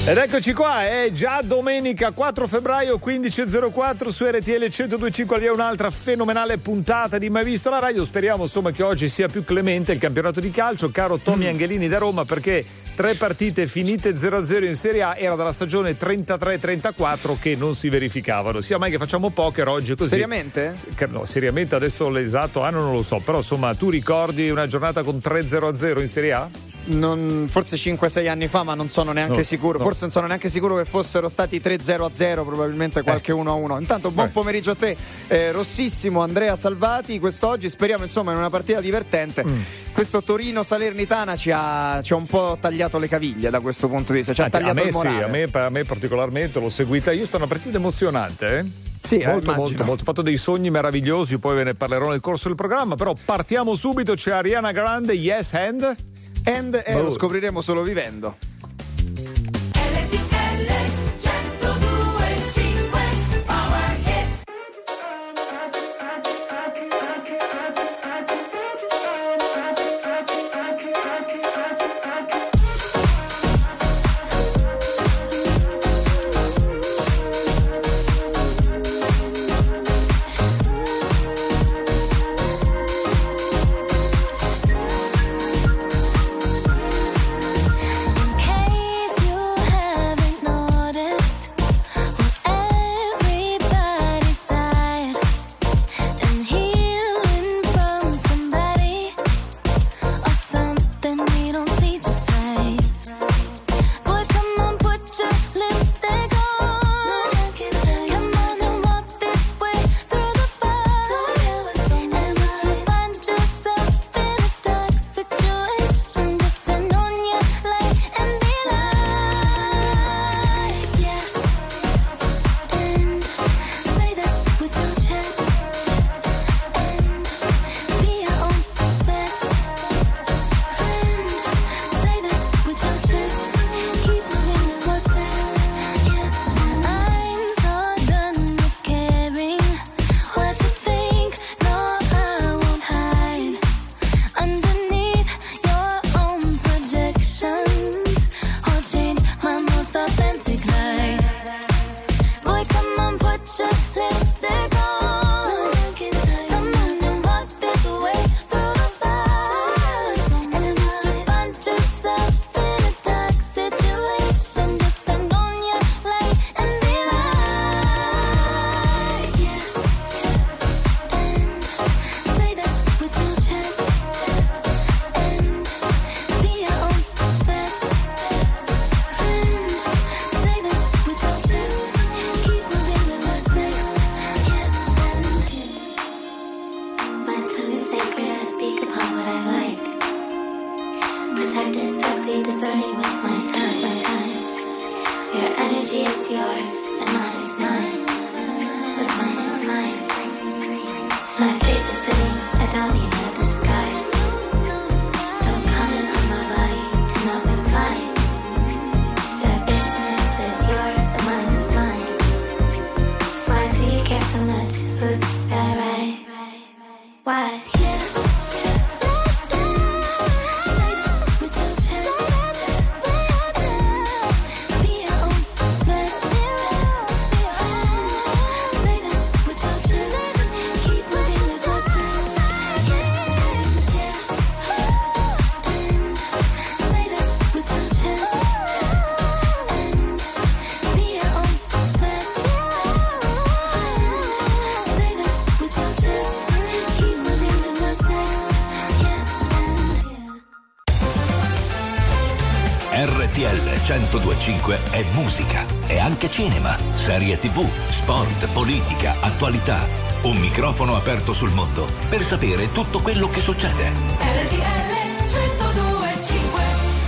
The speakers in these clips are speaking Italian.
Ed eccoci qua, è già domenica 4 febbraio 15.04 su RTL 102.5, via un'altra fenomenale puntata di Mai Visto la Radio. Speriamo insomma che oggi sia più clemente il campionato di calcio, caro Tommy Angelini da Roma, perché 3 partite finite 0-0 in Serie A era dalla stagione 33-34 che non si verificavano. Sia mai che facciamo poker oggi così. Seriamente? No, seriamente adesso l'esatto anno non lo so, però insomma tu ricordi una giornata con 3-0-0 in Serie A? Forse 5-6 anni fa, ma non sono neanche sicuro. No. Forse non sono neanche sicuro che fossero stati 3-0-0, probabilmente qualche 1-1. Intanto buon pomeriggio a te, Rossissimo Andrea Salvati. Quest'oggi speriamo insomma in una partita divertente. Questo Torino Salernitana ci ha un po' tagliato le caviglie da questo punto di vista, ci ha tagliato il morale. Sì, a me particolarmente l'ho seguita. Io sto una partita emozionante, Sì, molto. Ho fatto dei sogni meravigliosi, poi ve ne parlerò nel corso del programma, però partiamo subito. C'è Ariana Grande, Yes and lo scopriremo solo vivendo. RTL 102.5 è musica, è anche cinema, serie TV, sport, politica, attualità. Un microfono aperto sul mondo per sapere tutto quello che succede. RTL 102.5.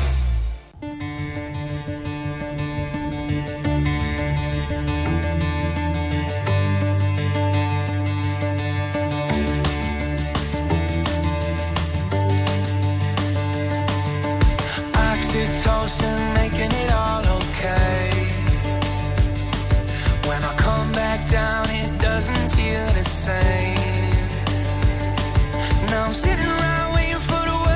Oxytocin making it all okay. When I come back down, it doesn't feel the same. Now I'm sitting around waiting for the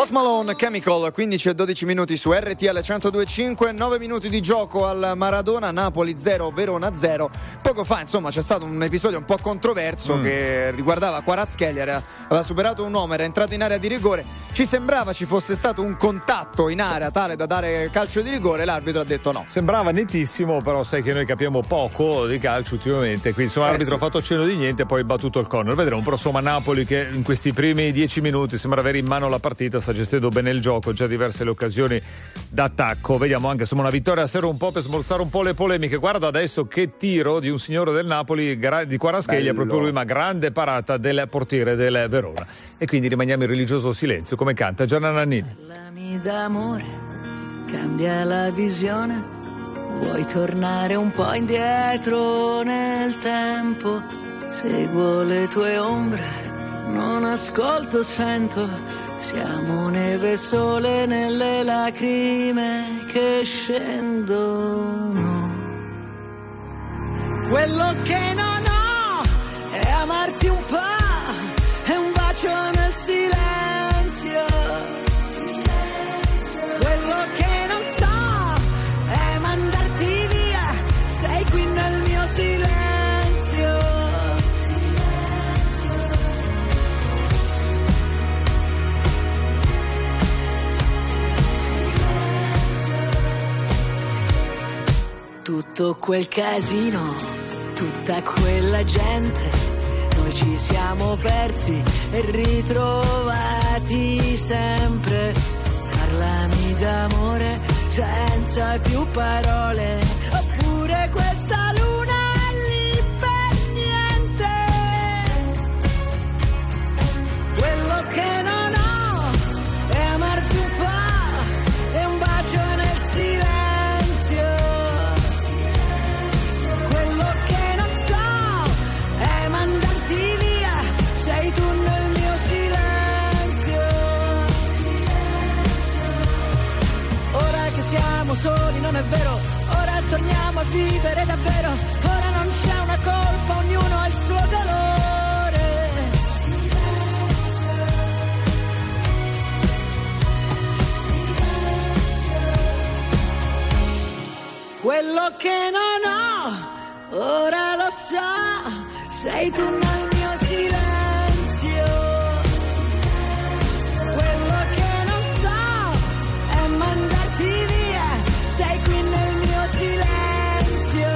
Post Malone, Chemical, 15 e 12 minuti su RTL 102.5, 9 minuti di gioco al Maradona, Napoli 0, Verona 0. Poco fa, insomma, c'è stato un episodio un po' controverso che riguardava Kvaratskhelia, aveva superato un uomo, era entrato in area di rigore, ci sembrava ci fosse stato un contatto in area tale da dare calcio di rigore, l'arbitro ha detto no. Sembrava nettissimo, però sai che noi capiamo poco di calcio ultimamente, quindi insomma l'arbitro ha fatto cenno di niente e poi battuto il corner. Vedremo, però insomma Napoli che in questi primi 10 minuti sembra avere in mano la partita, sta gestendo bene il gioco, già diverse le occasioni d'attacco. Vediamo anche insomma una vittoria a sera un po' per smorzare un po' le polemiche. Guarda adesso che tiro di un signore del Napoli, di Kvaratskhelia, proprio lui, ma grande parata del portiere del Verona. E quindi rimaniamo in religioso silenzio, come canta Gianna Nannini. Parlami d'amore, cambia la visione, vuoi tornare un po' indietro nel tempo, seguo le tue ombre, non ascolto, sento, siamo neve e sole nelle lacrime che scendono. Quello che non ho è amarti un po', è un bacio nel silenzio. Quello che non so è mandarti via, sei qui nel mio silenzio. Tutto quel casino, tutta quella gente, noi ci siamo persi e ritrovati sempre. Parlami d'amore senza più parole, oppure questa luna è lì per niente. Quello che non ho è amarti un po', è un bacio nel silenzio. Quello che non so è mandarti via, sei tu nel mio silenzio. Ora che siamo soli non è vero, ora torniamo a vivere davvero, ora non c'è una colpa, ognuno ha il suo dolore. Quello che non ho, ora lo so, sei tu nel mio silenzio. Quello che non so è mandarti via, sei qui nel mio silenzio.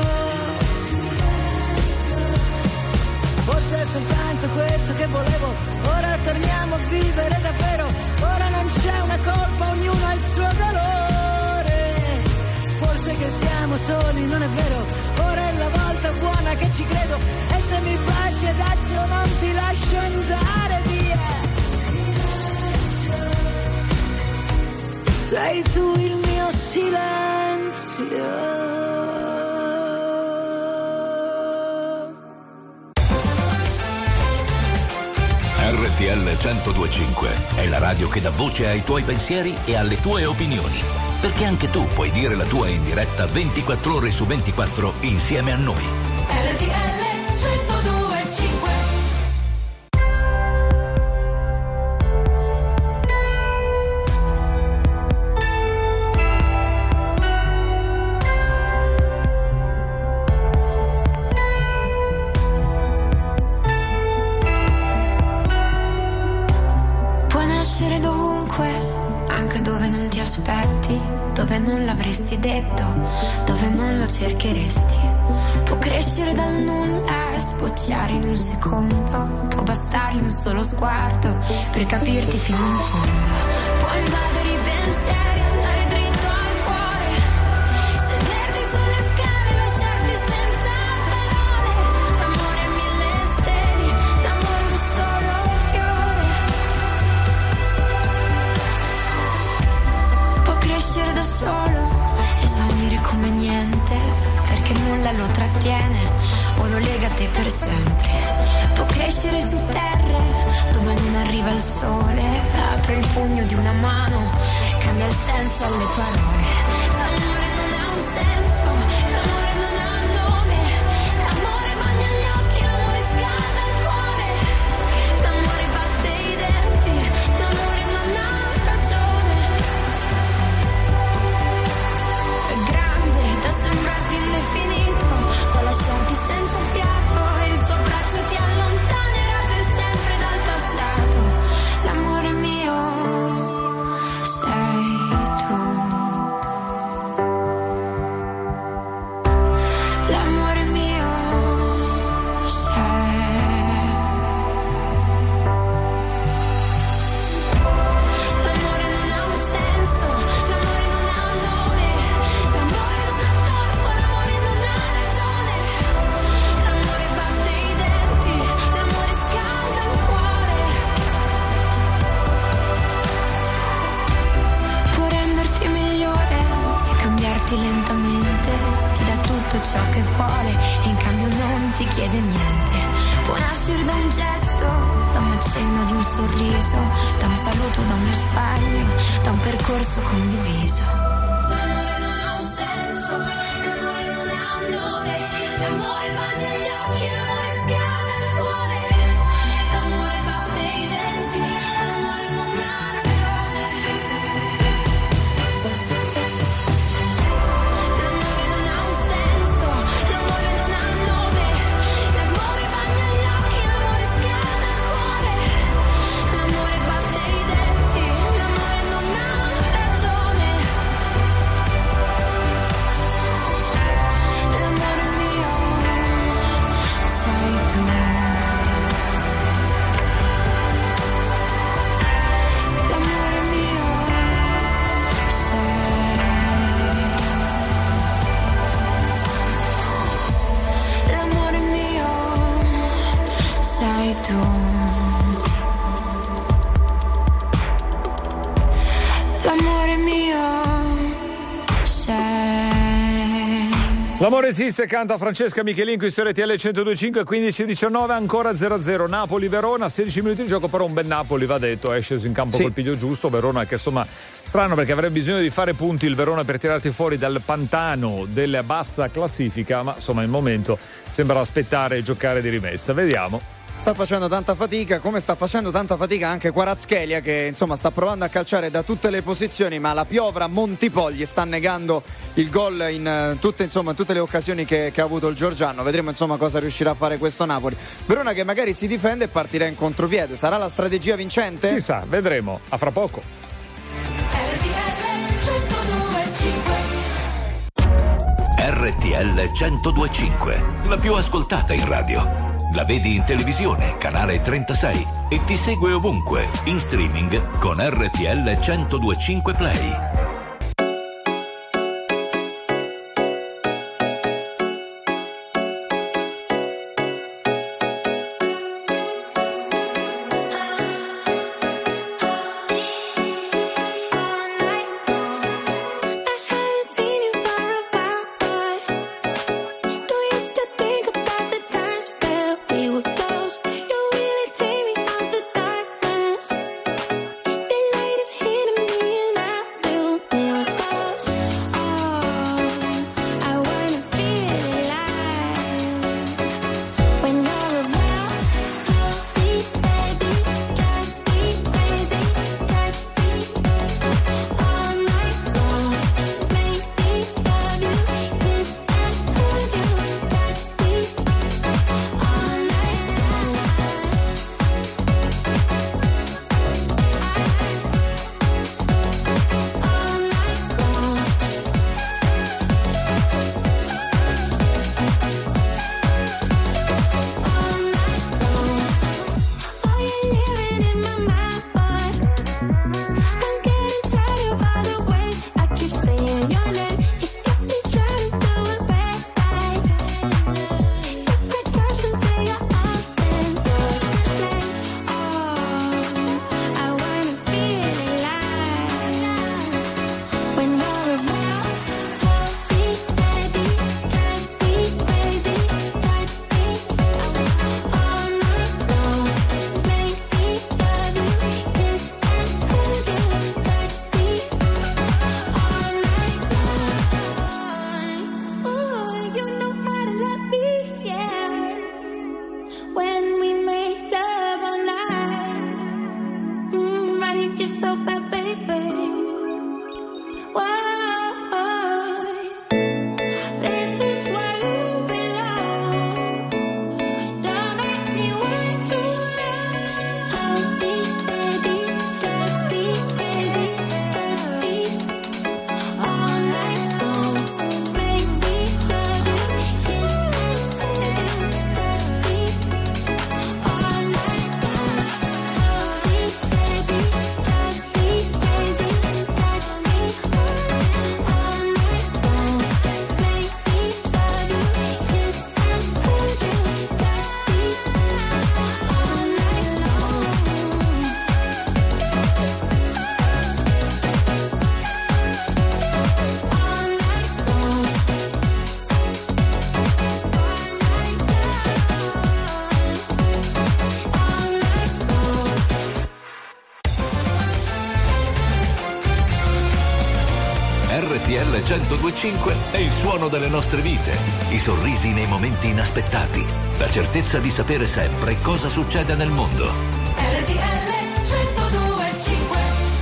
Forse è soltanto questo che volevo, ora torniamo a vivere davvero, ora non c'è una colpa, ognuno ha il suo dolore. Forse che siamo soli, non è vero, ora è la volta buona che ci credo, e se mi baci adesso non ti lascio andare via. Sei tu il mio silenzio. RTL 102.5 è la radio che dà voce ai tuoi pensieri e alle tue opinioni. Perché anche tu puoi dire la tua in diretta 24 ore su 24 insieme a noi. RTL 102.5. Puoi nascere dovunque, anche dove non ti aspetti, dove non l'avresti detto, dove non lo cercheresti. Può crescere dal nulla e sbocciare in un secondo, può bastare un solo sguardo per capirti fino in fondo. Può invadere i pensieri, andare dritto al cuore, sederti sulle scale, lasciarti senza parole. L'amore è mille steli, l'amore è un solo fiore. Può crescere da solo e svanire come niente, perché nulla lo trattiene o lo lega a te per sempre. Può crescere su terre dove non arriva il sole, apre il pugno di una mano, cambia il senso alle parole. L'amore non ha un senso, l'amore non ha nome, l'amore bagna gli occhi, l'amore scalda il cuore, l'amore batte i denti, l'amore non ha tracce. percorso condiviso. L'amore non ha un senso, l'amore non ha un nome, l'amore bagna gli occhi, l'amore scalda il cuore, l'amore batte i denti, l'amore non ha ragione. L'amore non ha un senso, l'amore non ha un nome, l'amore bagna gli occhi, l'amore scalda il cuore, l'amore batte i denti, l'amore non ha ragione. L'amore mio sei tu. L'amore mio sei. L'amore mio sei tu. L'amore mio sei. L'amore esiste, canta Francesca Michelin qui su RTL 102.5, 15-19, ancora 0-0 Napoli-Verona, 16 minuti di gioco, però un bel Napoli va detto, è sceso in campo col piglio giusto. Verona che insomma strano perché avrebbe bisogno di fare punti il Verona per tirarti fuori dal pantano della bassa classifica, ma insomma il momento sembra aspettare e giocare di rimessa, vediamo. Sta facendo tanta fatica, come sta facendo tanta fatica anche Kvaratskhelia, che insomma sta provando a calciare da tutte le posizioni, ma la piovra Montipogli sta negando il gol in tutte le occasioni che ha avuto il georgiano. Vedremo insomma cosa riuscirà a fare questo Napoli. Verona che magari si difende e partirà in contropiede. Sarà la strategia vincente? Chissà, vedremo, a fra poco. RTL 102.5, la più ascoltata in radio. La vedi in televisione, canale 36, e ti segue ovunque, in streaming con RTL 102.5 Play. RTL 102.5 è il suono delle nostre vite, i sorrisi nei momenti inaspettati, la certezza di sapere sempre cosa succede nel mondo. RTL 102.5.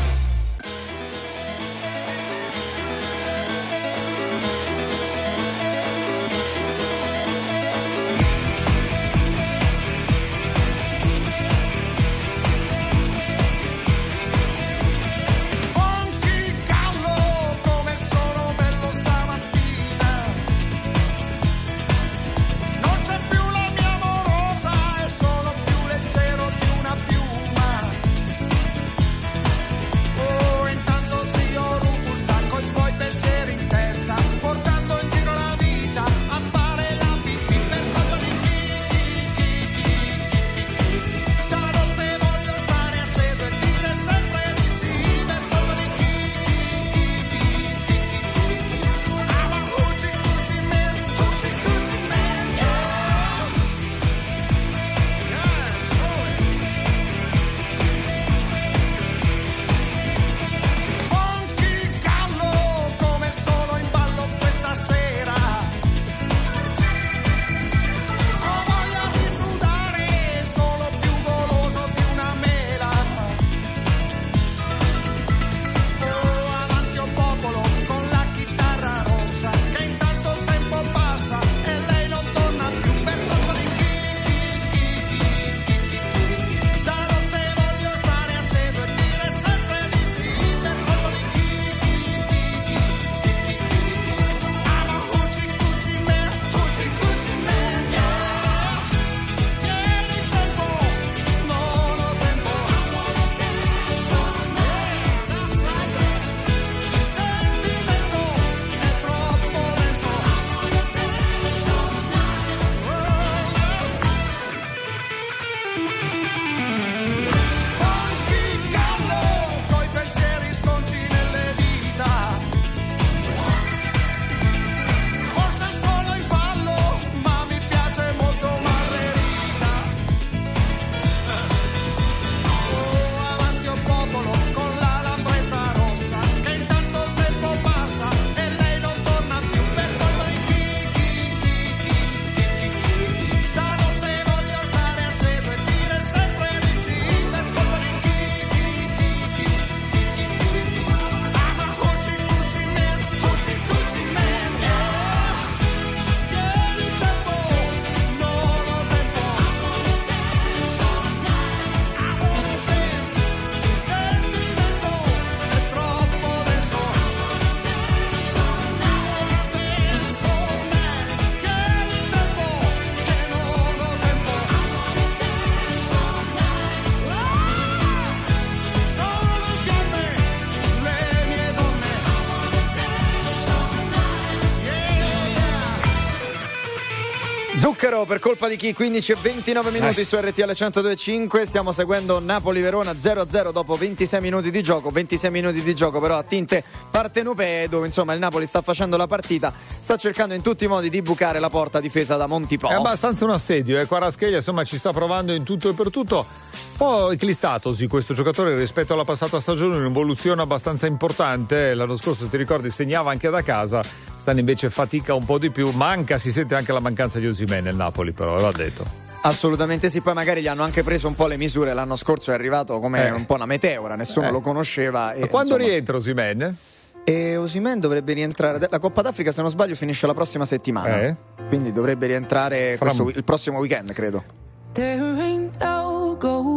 Zucchero per colpa di chi? 15 e 29 minuti su RTL 102.5. Stiamo seguendo Napoli-Verona 0-0 dopo 26 minuti di gioco. 26 minuti di gioco però a tinte partenopee, dove insomma il Napoli sta facendo la partita, sta cercando in tutti i modi di bucare la porta difesa da Montipò. È abbastanza un assedio, Kvaratskhelia insomma ci sta provando in tutto e per tutto. Un po' eclissatosi questo giocatore rispetto alla passata stagione, un'evoluzione abbastanza importante. L'anno scorso, ti ricordi, segnava anche da casa, stanno invece fatica un po' di più. Manca, si sente anche la mancanza di Osimhen nel Napoli, però va detto. Assolutamente sì, poi magari gli hanno anche preso un po' le misure. L'anno scorso è arrivato come un po' una meteora, nessuno lo conosceva. Ma quando rientra Osimhen? E Osimhen dovrebbe rientrare. La Coppa d'Africa, se non sbaglio, finisce la prossima settimana. Quindi dovrebbe rientrare il prossimo weekend, credo. There ain't no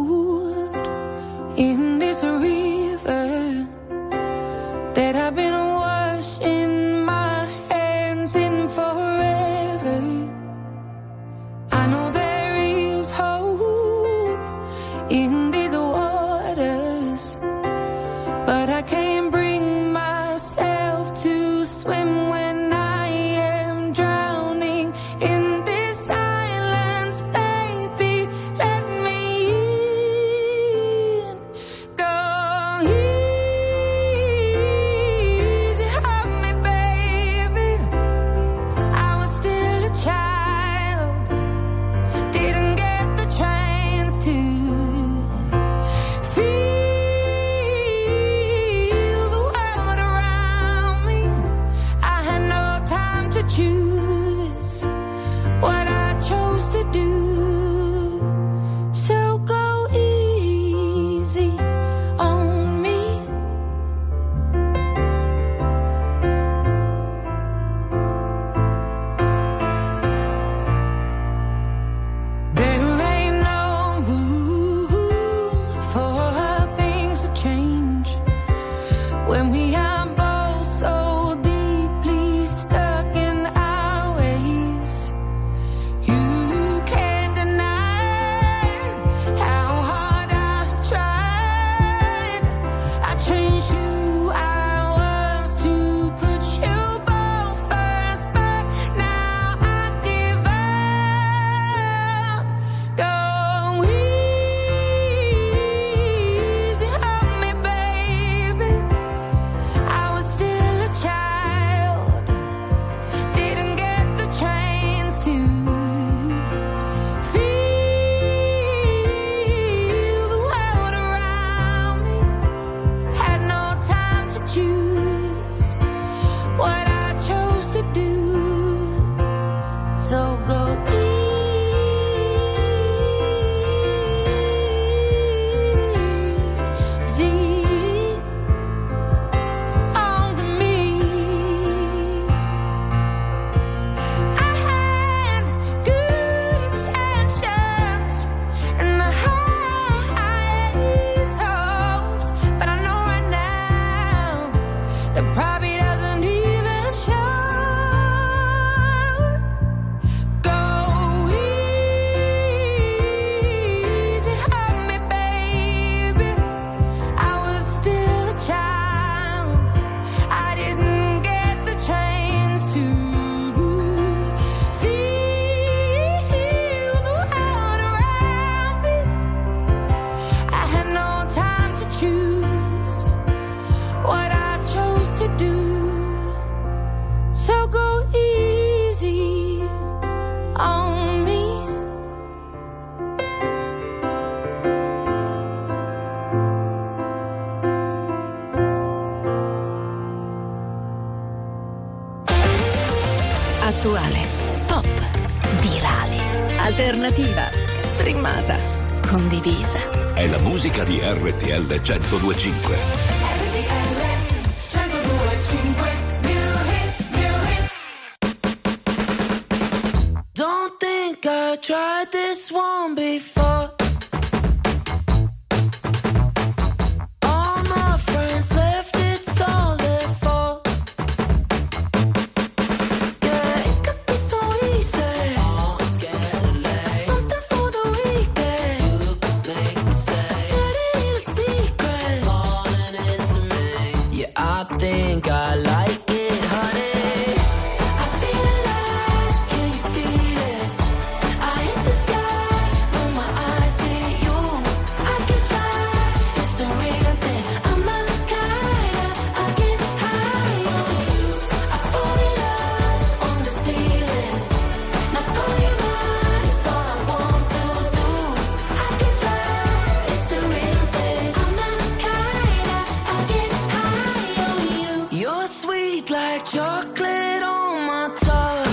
gold in this river that I've been washing my hands in forever. I know there is hope in these waters, but I can't bring myself to swim when I am drowning in this silence, baby. Let when we are both so deeply stuck in our ways. You can't deny how hard I've tried. I changed who I was to put you both first, but now I give up. Go easy on me, baby. I was still a child, didn't get the chance to feel the world around me. Had no time to choose what I chose to do. So go easy on me. I had good intentions and the highest hopes, but I know right now that probably doesn't even show. Go easy on me, baby. I was still a child, I didn't get the chance to feel the world around me. I had no time to choose what I chose to do. So go easy on me. Attuale, pop, virale, alternativa, streamata, condivisa. È la musica di RTL 102.5. Don't think I tried this one before. All my friends left, it's all their fault. Yeah, it could be so easy. Something for the weekend. You could make me stay. But it ain't a secret. Falling into me. Yeah, I think I like it, honey. I feel alive, can you feel it? I hit the sky when my eyes see you. I can fly, it's the real thing. I'm Al-Qaeda, I get high on you. I fall in love on the ceiling. Now call you mine, it's all I want to do. I can fly, it's the real thing. I'm Al-Qaeda, I get high on you. You're sweet like chocolate on my tongue.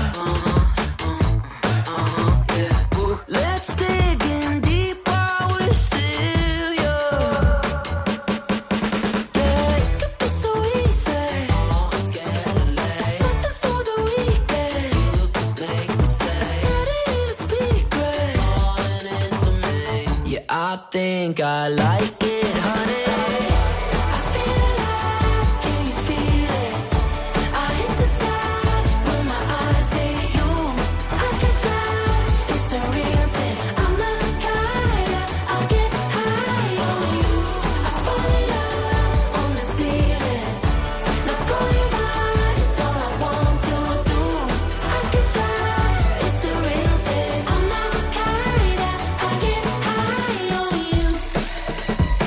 Yeah. Ooh. Let's dig in deep while we're still young. Yeah, it could be so easy. Something for the weekend. You could make me stay. But it ain't a secret. Falling into me. Yeah, I think I like it, honey. I feel alive, can you feel it? I hit the sky when my eyes see you. I can fly, it's the real thing. I'm Al-Qaeda, I'll get high on you. I fall in love on the ceiling. Now call you mine, it's all I want to do. I can fly, it's the real thing. I'm Al-Qaeda, I get high on you.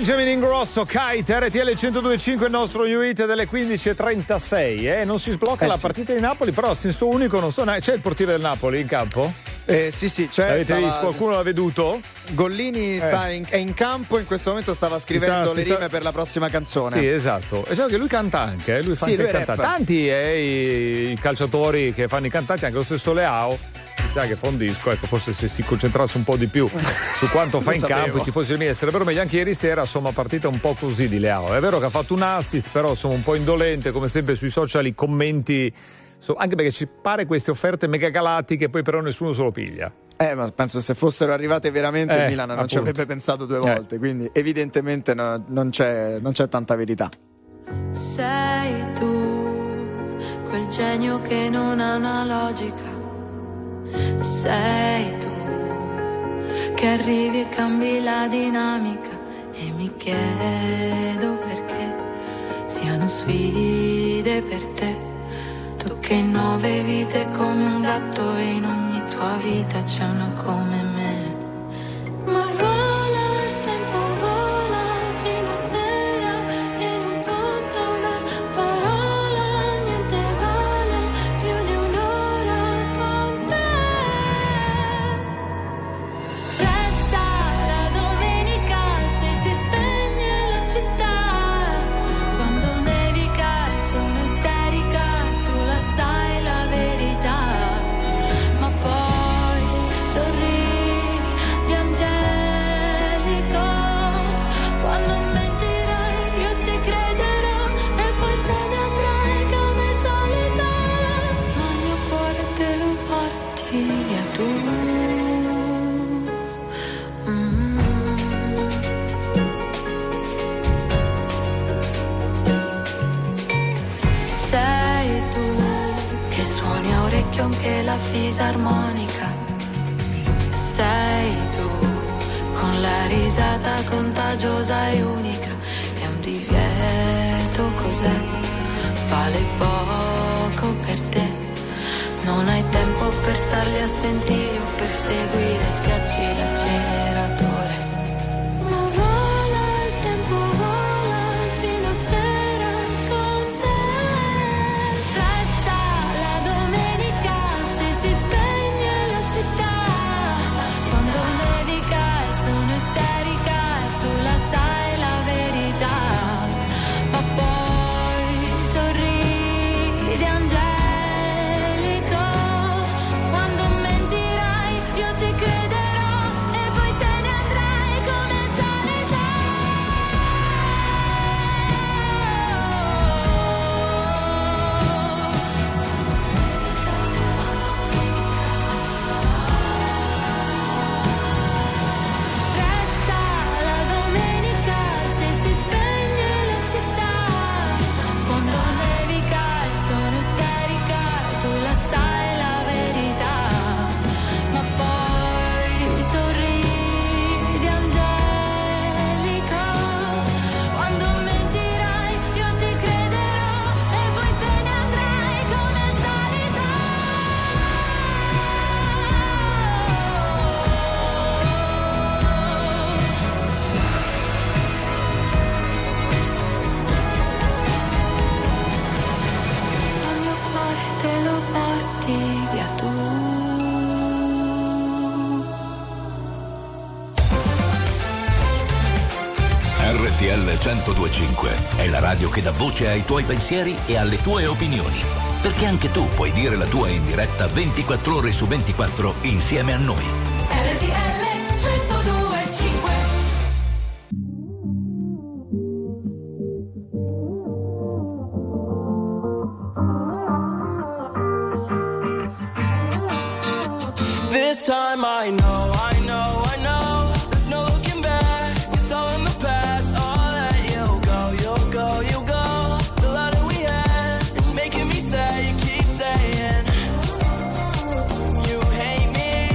Benjamin Ingrosso, Kite, RTL 102.5, il nostro new hit delle 15.36. Non si sblocca la partita di Napoli, però a senso unico non so. C'è il portiere del Napoli in campo? Sì, c'è. Avete visto? Qualcuno l'ha veduto? Gollini è in campo, in questo momento stava scrivendo le rime per la prossima canzone. Sì, esatto. E so che lui canta anche, lui fa sì, anche lui cantare. Tanti i calciatori che fanno i cantanti, anche lo stesso Leao. Si sa che fa un disco, ecco, forse se si concentrasse un po' di più su quanto fa in campo i tifosi del Milan sarebbero meglio. Anche ieri sera, insomma, partita un po' così di Leao. È vero che ha fatto un assist, però insomma un po' indolente, come sempre sui social i commenti, anche perché ci pare queste offerte mega galattiche, poi però nessuno se lo piglia. Ma penso se fossero arrivate veramente il Milan non ci avrebbe pensato due volte, quindi evidentemente non c'è tanta verità. Sei tu, quel genio che non ha una logica. Sei tu, che arrivi e cambi la dinamica. E mi chiedo perché siano sfide per te. Tu che in 9 vite come un gatto, e in ogni tua vita c'è una come me. Ma vola il tempo, vola fino a sera, e non conta una parola, niente vale più di un'ora con te. Resta la domenica se si spegne la città, quando nevica e sono isterica, tu la sai la verità, ma poi sorridi di angelico, quando mentirai io ti crederò e poi te ne andrai come solita, ma il mio cuore te lo porti via tu. Sei tu che suoni a orecchio anche la fisarmonica. Sei tu con la risata contagiosa e unica. È un divieto, cos'è? Vale poco per te. Non hai tempo per starli a sentire o per seguire, schiacci l'acceleratore. Ma vola il tempo, vola fino a sera con te. Resta la domenica se si spegne la città, quando nevica e sono isterica e tu la sai la verità, ma poi sorridi angelico, quando mentirai io ti crederò e poi te ne andrai come solita. Resta la domenica se si spegne la città, quando nevica e sono isterica e tu la sai la verità, ma poi sorridi angelico, quando mentirai io ti crederò e poi te ne andrai come solita. Il mio cuore te lo porti via tu. RTL 102.5 è la radio che dà voce ai tuoi pensieri e alle tue opinioni. Perché anche tu puoi dire la tua in diretta 24 ore su 24 insieme a noi. RTL 102.5. This time I know, there's no looking back, it's all in the past, I'll let you go, you go, the love that we had is making me sad, you keep saying, you hate me,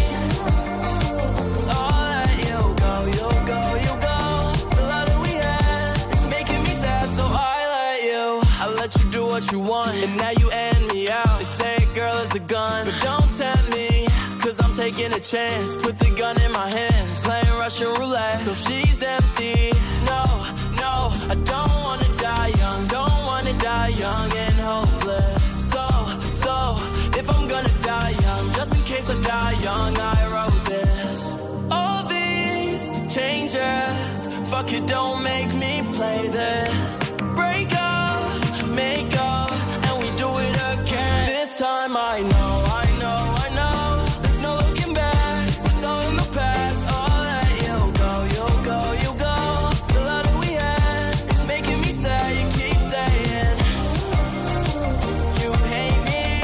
I'll let you go, the love that we had is making me sad, so I let you do what you want, and now you end me out, they say a girl is a gun, but don't tempt me, 'cause I'm taking a chance. Put the gun in my hands, playing Russian roulette till she's empty. No, case I die young, I wrote this. All these changes, fuck it, don't make me play this. Break up, make up, and we do it again. This time I know. There's no looking back, it's all in the past. I'll let you go, you'll go, you go. The love that we had is making me sad. You keep saying you hate me.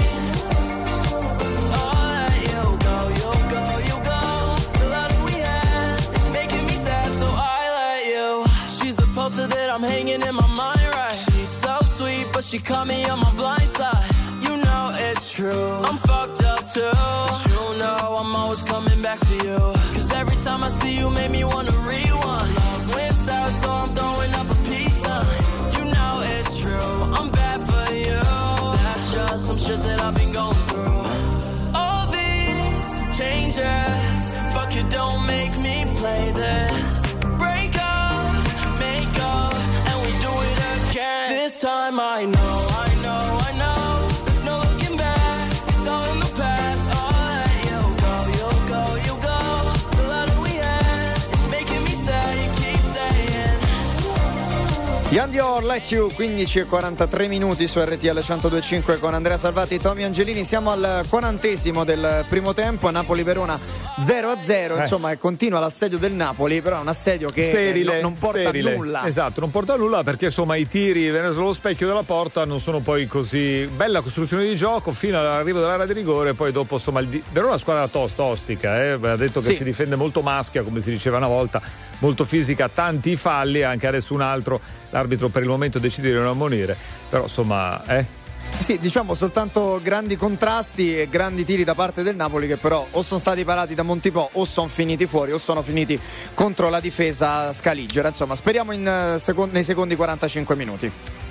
I'll let you go, you'll go, you go. The love that we had is making me sad, so I let you. She's the poster that I'm hanging in my mind, right? She's so sweet, but she caught me on my blind side. You know it's true, I'm fucked up too. But you know I'm always coming back for you. Cause every time I see you make me wanna rewind. Love went south, so I'm throwing up a peace sign. You know it's true, I'm bad for you. That's just some shit that I've been going through. All these changes, fuck it, don't make me play this. Break up, make up, and we do it again. This time I know. There's no looking back, it's all in the past. I'll let you go, you'll go, you go. The love that we had is making me sad, you keep saying. Young Dior, Let You, 15:43 minuti su RTL 102.5 con Andrea Salvati e Tommy Angelini. Siamo al 40° del primo tempo, Napoli-Verona 0-0, insomma continua l'assedio del Napoli, però è un assedio che sterile, non porta sterile. a nulla. Esatto, non porta a nulla perché insomma i tiri verso lo specchio della porta non sono poi così bella costruzione di gioco fino all'arrivo dell'area di rigore, poi dopo insomma Verona è una squadra ostica, ha detto che si difende molto maschia, come si diceva una volta, molto fisica, tanti falli, anche adesso un altro, l'arbitro per il momento decide di non ammonire, però insomma Sì, diciamo soltanto grandi contrasti e grandi tiri da parte del Napoli che però o sono stati parati da Montipò o sono finiti fuori o sono finiti contro la difesa scaligera. Insomma, speriamo nei secondi 45 minuti.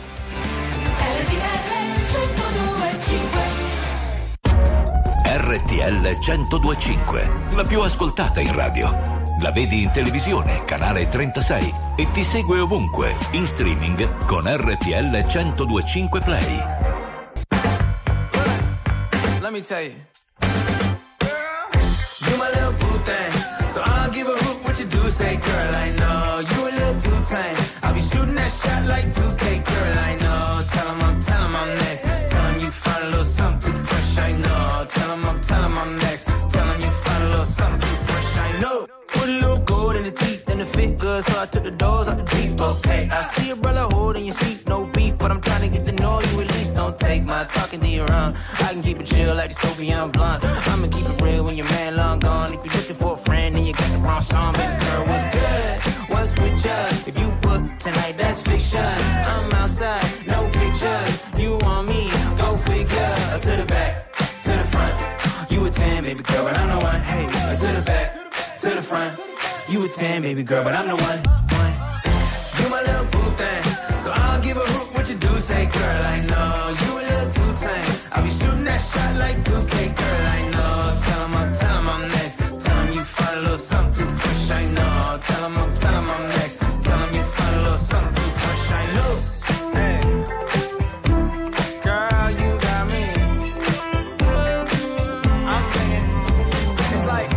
RTL 102.5, la più ascoltata in radio. La vedi in televisione, canale 36 e ti segue ovunque, in streaming con RTL 102.5 Play. Let me tell you, you my little boo thing, so I'll give a hoot what you do, say girl, I know, you a little too tame, I'll be shooting that shot like 2K, girl, I know, tell 'em I'm next, tell 'em you find a little something too fresh, I know, tell 'em I'm next, tell 'em you find a little something too fresh, I know. Put a little gold in the teeth and it fit good, so I took the doors out the deep. Okay, I see a brother holding your seat, no beef, but I'm trying to get to know you at least. Don't take my talking to your own. I can keep it chill like the Soviet blunt. I'ma keep it real when your man long gone. If you're looking for a friend, then you got the wrong song. Baby girl, what's good? What's with ya? If you book tonight, that's fiction. I'm outside, no pictures. You want me? Go figure. To the back, to the front. You a 10, baby girl, but I'm the one. Hey, to the back. To the front, you a 10, baby girl, but I'm the one. You my little boo thing, so I'll give a hoot what you do, say girl, I know. You a little too tame, I'll be shooting that shot like 2K, girl, I know. Tell 'em I'm next, tell 'em you find a little something too fresh, I know. Tell 'em I'm next, tell 'em you find a little something too fresh, I know. Hey, girl, you got me. I'm singing, it's like,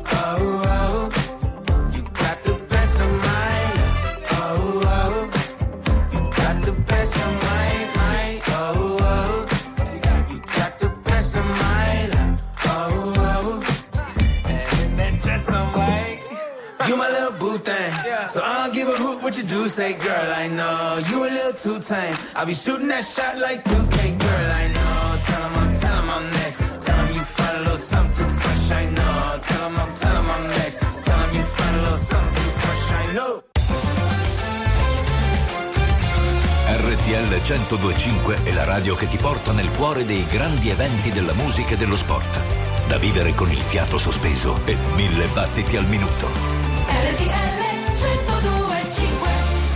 so I don't give a hoot what you do, say girl, I know. You a little too tame, I'll be shooting that shot like 2K, girl, I know. Tell 'em I'm next, tell 'em you find a little something too fresh, I know. Tell 'em I'm next, tell 'em you find a little something too fresh, I know. RTL 102.5 è la radio che ti porta nel cuore dei grandi eventi della musica e dello sport. Da vivere con il fiato sospeso e 1000 battiti al minuto. RTL 102.5.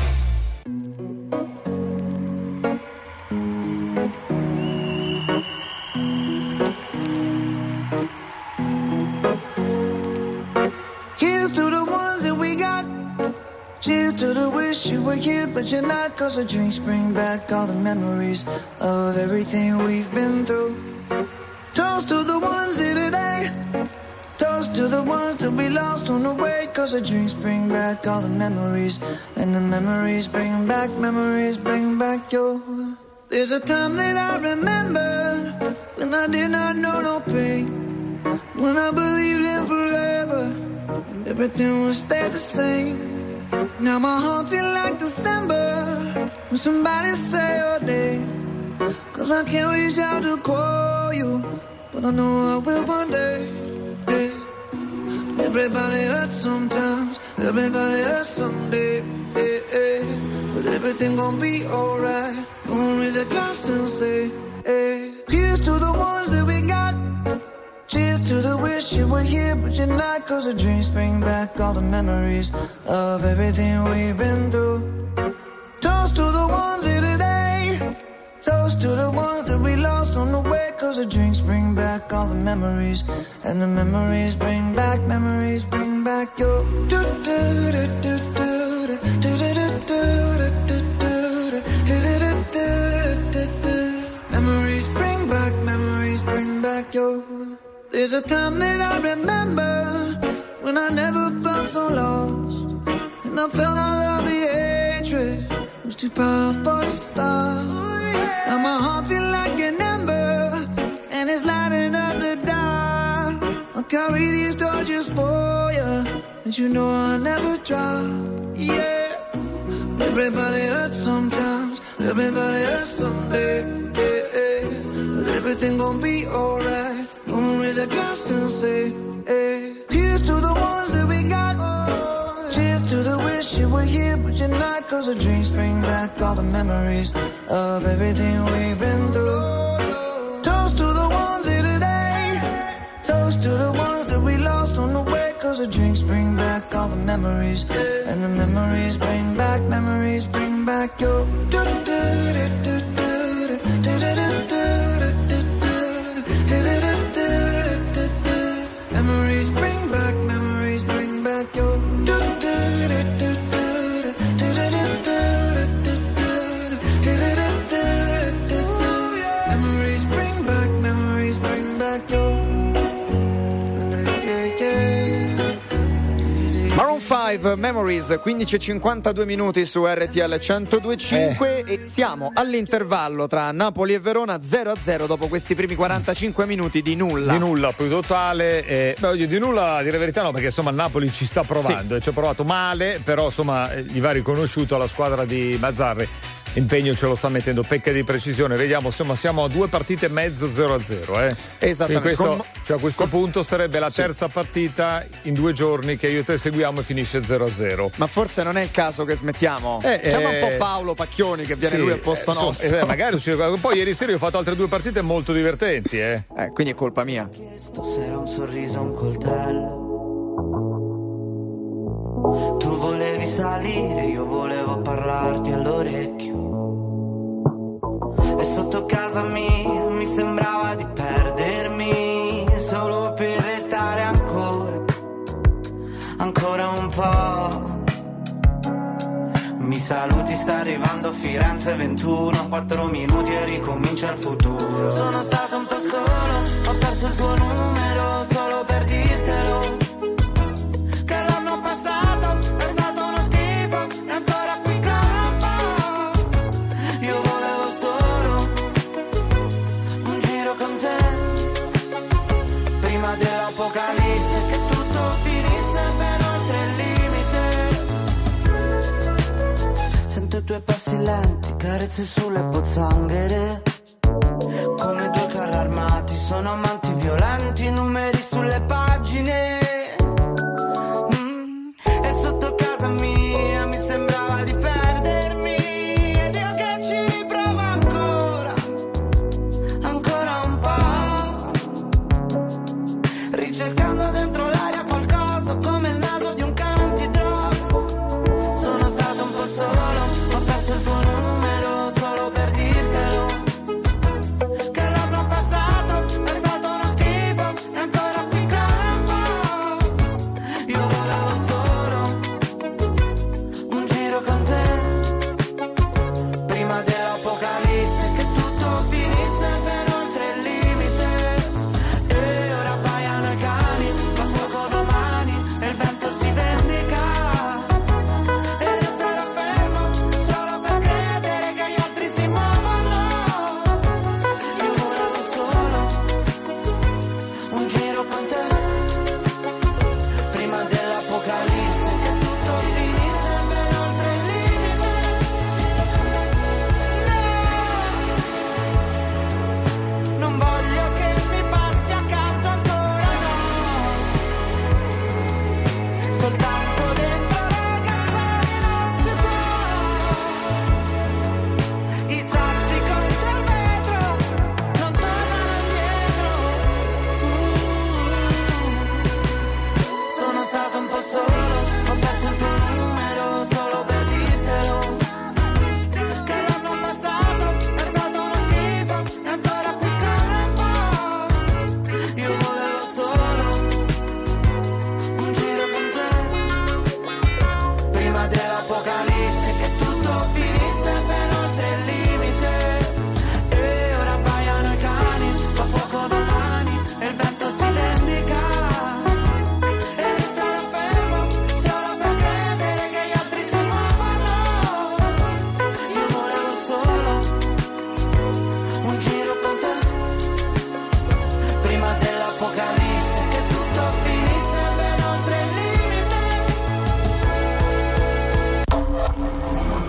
Here's to the ones that we got. Cheers to the wish you were here, but you're not. 'Cause the drinks bring back all the memories of everything we've been through. Toast to the ones here today. day. Toast to the ones that we lost on the way, 'cause the drinks bring back all the memories, and the memories bring back your. There's a time that I remember when I did not know no pain, when I believed in forever and everything would stay the same. Now my heart feels like December when somebody say your name, 'cause I can't reach out to call you, but I know I will one day. Yeah. Everybody hurts sometimes, everybody hurts someday. Yeah, yeah. But everything gon' be alright. Gonna raise a glass and say, hey. Here's to the ones that we got. Cheers to the wish you were here but you're not, 'cause the dreams bring back all the memories of everything we've been through. Toast to the ones here today. Toast to the ones that we lost on the way, 'cause the drinks bring back all the memories, and the memories bring back your. Memories bring back your. There's a time that I remember when I never felt so lost, and I felt all of the hatred was too powerful to stop. Now my heart feels like an ember, and it's lighting up the dark. I'll carry these torches for you, and you know I'll never drop. Yeah. Everybody hurts sometimes, everybody hurts someday. Yeah, yeah. But everything gon' be alright. Gonna raise a glass and say, hey. Here's to the ones that we got. Cheers to the wish you were here but you're not, 'cause the drinks bring back all the memories of everything we've been through. Toast to the ones here today. Toast to the ones that we lost on the way, 'cause the drinks bring back all the memories, and the memories bring back your. Memories bring back your. Memories bring back your. Maroon 5, Memories, 15:52 minuti su RTL 102.5 e siamo all'intervallo tra Napoli e Verona 0-0 dopo questi primi 45 minuti di nulla. Di nulla più totale. Di nulla a dire la verità no, perché insomma il Napoli ci sta provando, sì. Ci ha provato male, però insomma gli va riconosciuto alla squadra di Mazzarri. Impegno ce lo sta mettendo, pecca di precisione. Vediamo, insomma, siamo a 2 partite e mezzo 0-0. Esattamente. A questo punto sarebbe la terza partita in 2 giorni che io e te seguiamo e finisce 0-0. Ma forse non è il caso che smettiamo. Chiama un po' Paolo Pacchioni che viene lui al posto nostro. Magari poi ieri sera io ho fatto altre 2 partite molto divertenti. Quindi è colpa mia. Stasera un sorriso, un coltello. Tu volevi salire, io volevo parlarti all'orecchio. E sotto casa mia mi sembrava di perdermi, solo per restare ancora un po'. Mi saluti, sta arrivando Firenze 21, 4 minuti e ricomincia il futuro. Sono stato un po' solo, ho perso il tuo numero solo per dirtelo. Dell'apocalisse, che tutto finisse ben oltre il limite. Sento i tuoi passi lenti, carezze sulle pozzanghere, come 2 carri armati, sono amanti violenti, numeri sulle pagine. E sotto casa mia mi sembrava di perdermi, ed io che ci riprovo ancora un po'. Ricercando dentro l'aria qualcosa come il naso di un cane antidroga. Sono stato un po' solo, ho perso il tuo numero solo per dirtelo. Che l'anno passato è stato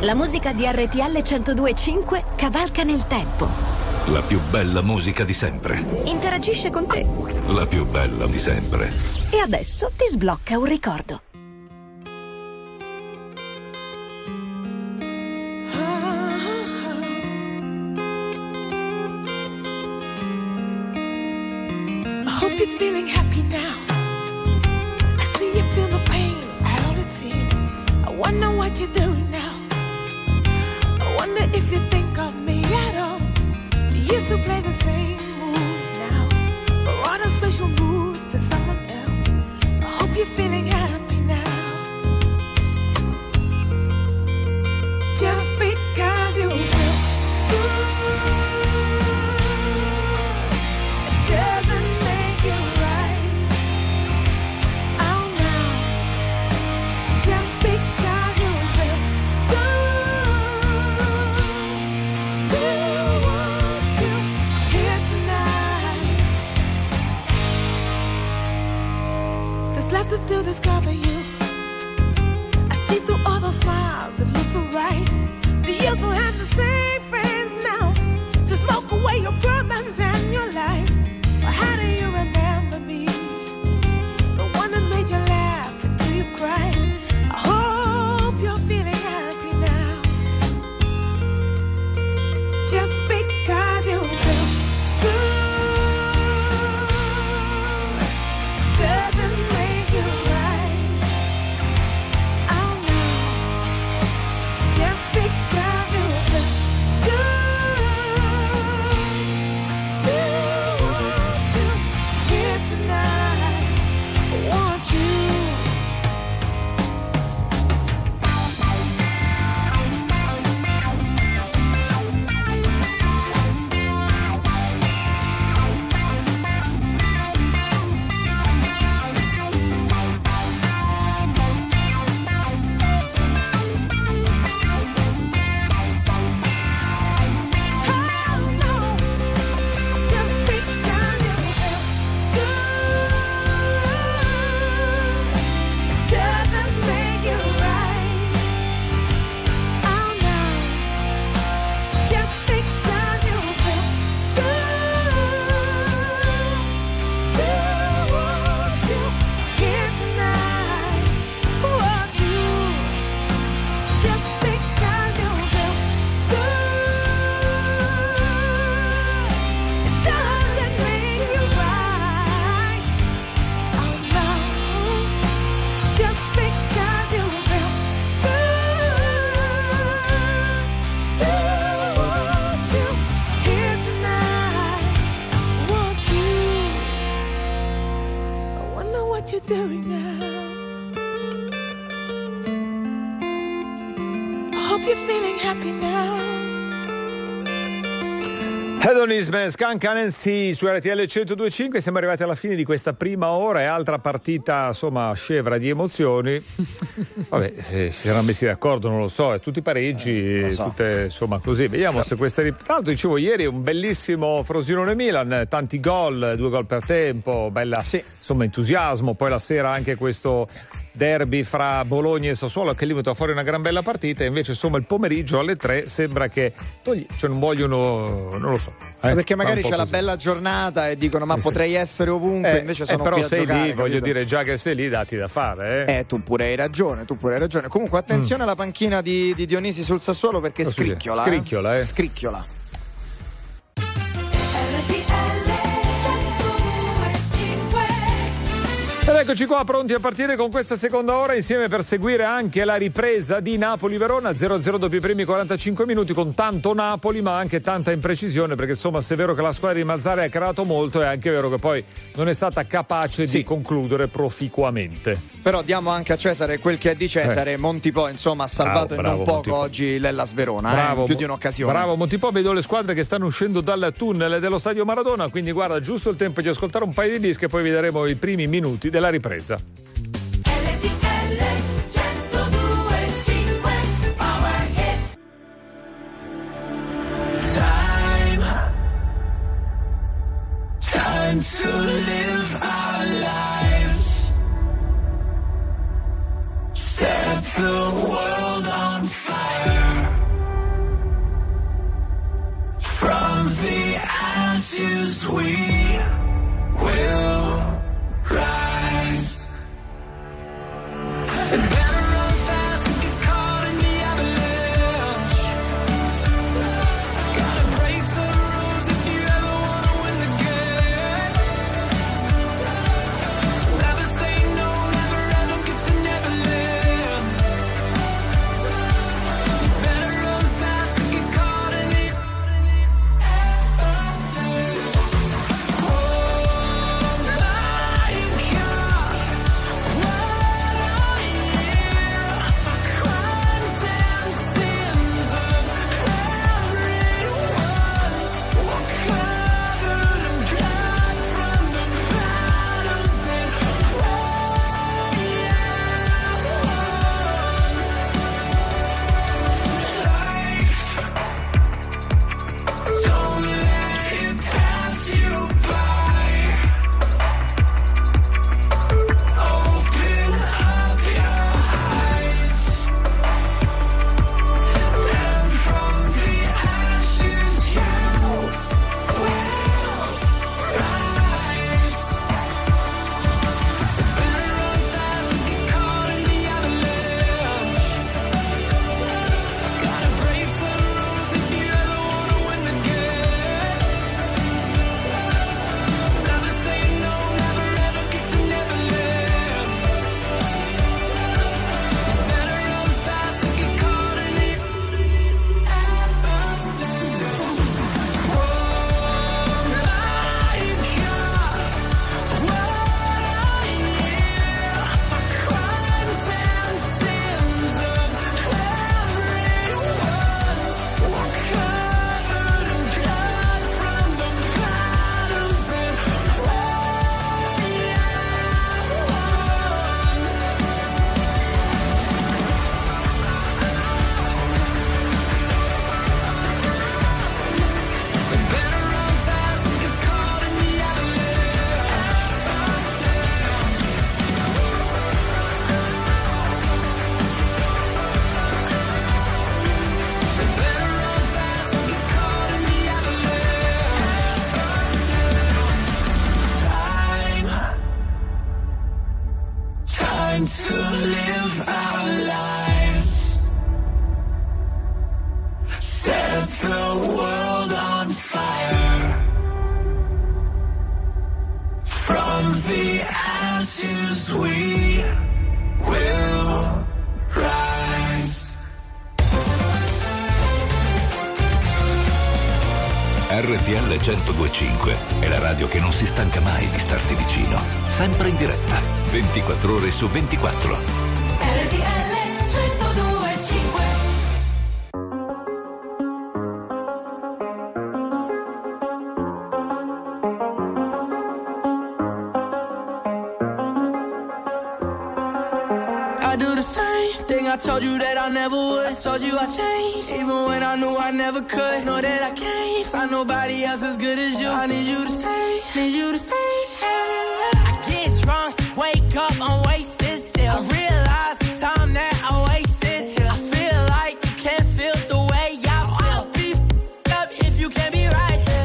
La musica di RTL 102.5 cavalca nel tempo. La più bella musica di sempre. Interagisce con te. La più bella di sempre. E adesso ti sblocca un ricordo. I hope you're feeling happy now. I see you feel the pain at all it seems. I wonder what you're doing now. I wonder if you think of me at all. You used to play the same moves now, or on a special moves for someone else. I hope you're feeling happy now. Just because you feel good, it doesn't make you right. Oh no. Just because you feel good, still want you here tonight. There's left to still discover you. I see through all those smiles, it looks alright. Do you still have the same friends now to smoke away your problems and your life? Or how do you remember me? The one that made you laugh until you cried. I hope you're feeling happy now. Just because you feel good doesn't make you right. Oh no. Just because you feel good, still want you here tonight. Want you. You're doing now. I hope you're feeling happy now. Hedonism, Skunk Anansi su RTL 102.5. Siamo arrivati alla fine di questa prima ora e altra partita, insomma, scevra di emozioni. Vabbè, se si erano messi d'accordo non lo so, e tutti pareggi, so. tutte insomma così. Vediamo se questa tanto dicevo ieri un bellissimo Frosinone-Milan, tanti gol, 2 gol per tempo, bella insomma entusiasmo, poi la sera anche questo derby fra Bologna e Sassuolo che lì venuta fuori una gran bella partita, e invece insomma il pomeriggio alle 3 sembra che cioè non vogliono, non lo so. Perché magari c'è la bella giornata e dicono ma potrei essere ovunque, invece sono però qui a sei giocare, lì, voglio capito? dire, già che sei lì dati da fare. Tu pure hai ragione. Comunque attenzione alla panchina di Dionisi sul Sassuolo perché scricchiola. Scricchiola. Ed eccoci qua pronti a partire con questa seconda ora insieme per seguire anche la ripresa di Napoli-Verona 0-0 dopo i primi 45 minuti con tanto Napoli ma anche tanta imprecisione, perché insomma se è vero che la squadra di Mazzarri ha creato molto, è anche vero che poi non è stata capace di concludere proficuamente. Però diamo anche a Cesare quel che è di Cesare. Montipò insomma ha salvato in non poco Montipò. oggi l'Hellas Verona, in più di un'occasione. Bravo Montipò, vedo le squadre che stanno uscendo dal tunnel dello stadio Maradona, quindi guarda, giusto il tempo di ascoltare un paio di dischi e poi vedremo i primi minuti della ripresa. Time to live our lives, set the world on fire. ashes we will rise. And better run fast and get caught in the avalanche. Gotta break some rules if you ever wanna win the game. Never say no, never ever get to Neverland. Better run fast and get caught in the to live our lives, set the world on fire. From the ashes we will rise. RTL 102.5 è la radio che non si stanca mai di starti vicino, sempre in diretta, 24 ore su 24. RTL 102.5. I do the same thing I told you that I never would. I told you I changed, even when I knew I never could. Know that I can't find nobody else as good as you. I need you to stay, need you to stay. I get drunk, wake up, I'm wasted still. I realize the time that I wasted here. I feel like you can't feel the way I feel. I'll be f***ed up if you can't be right here.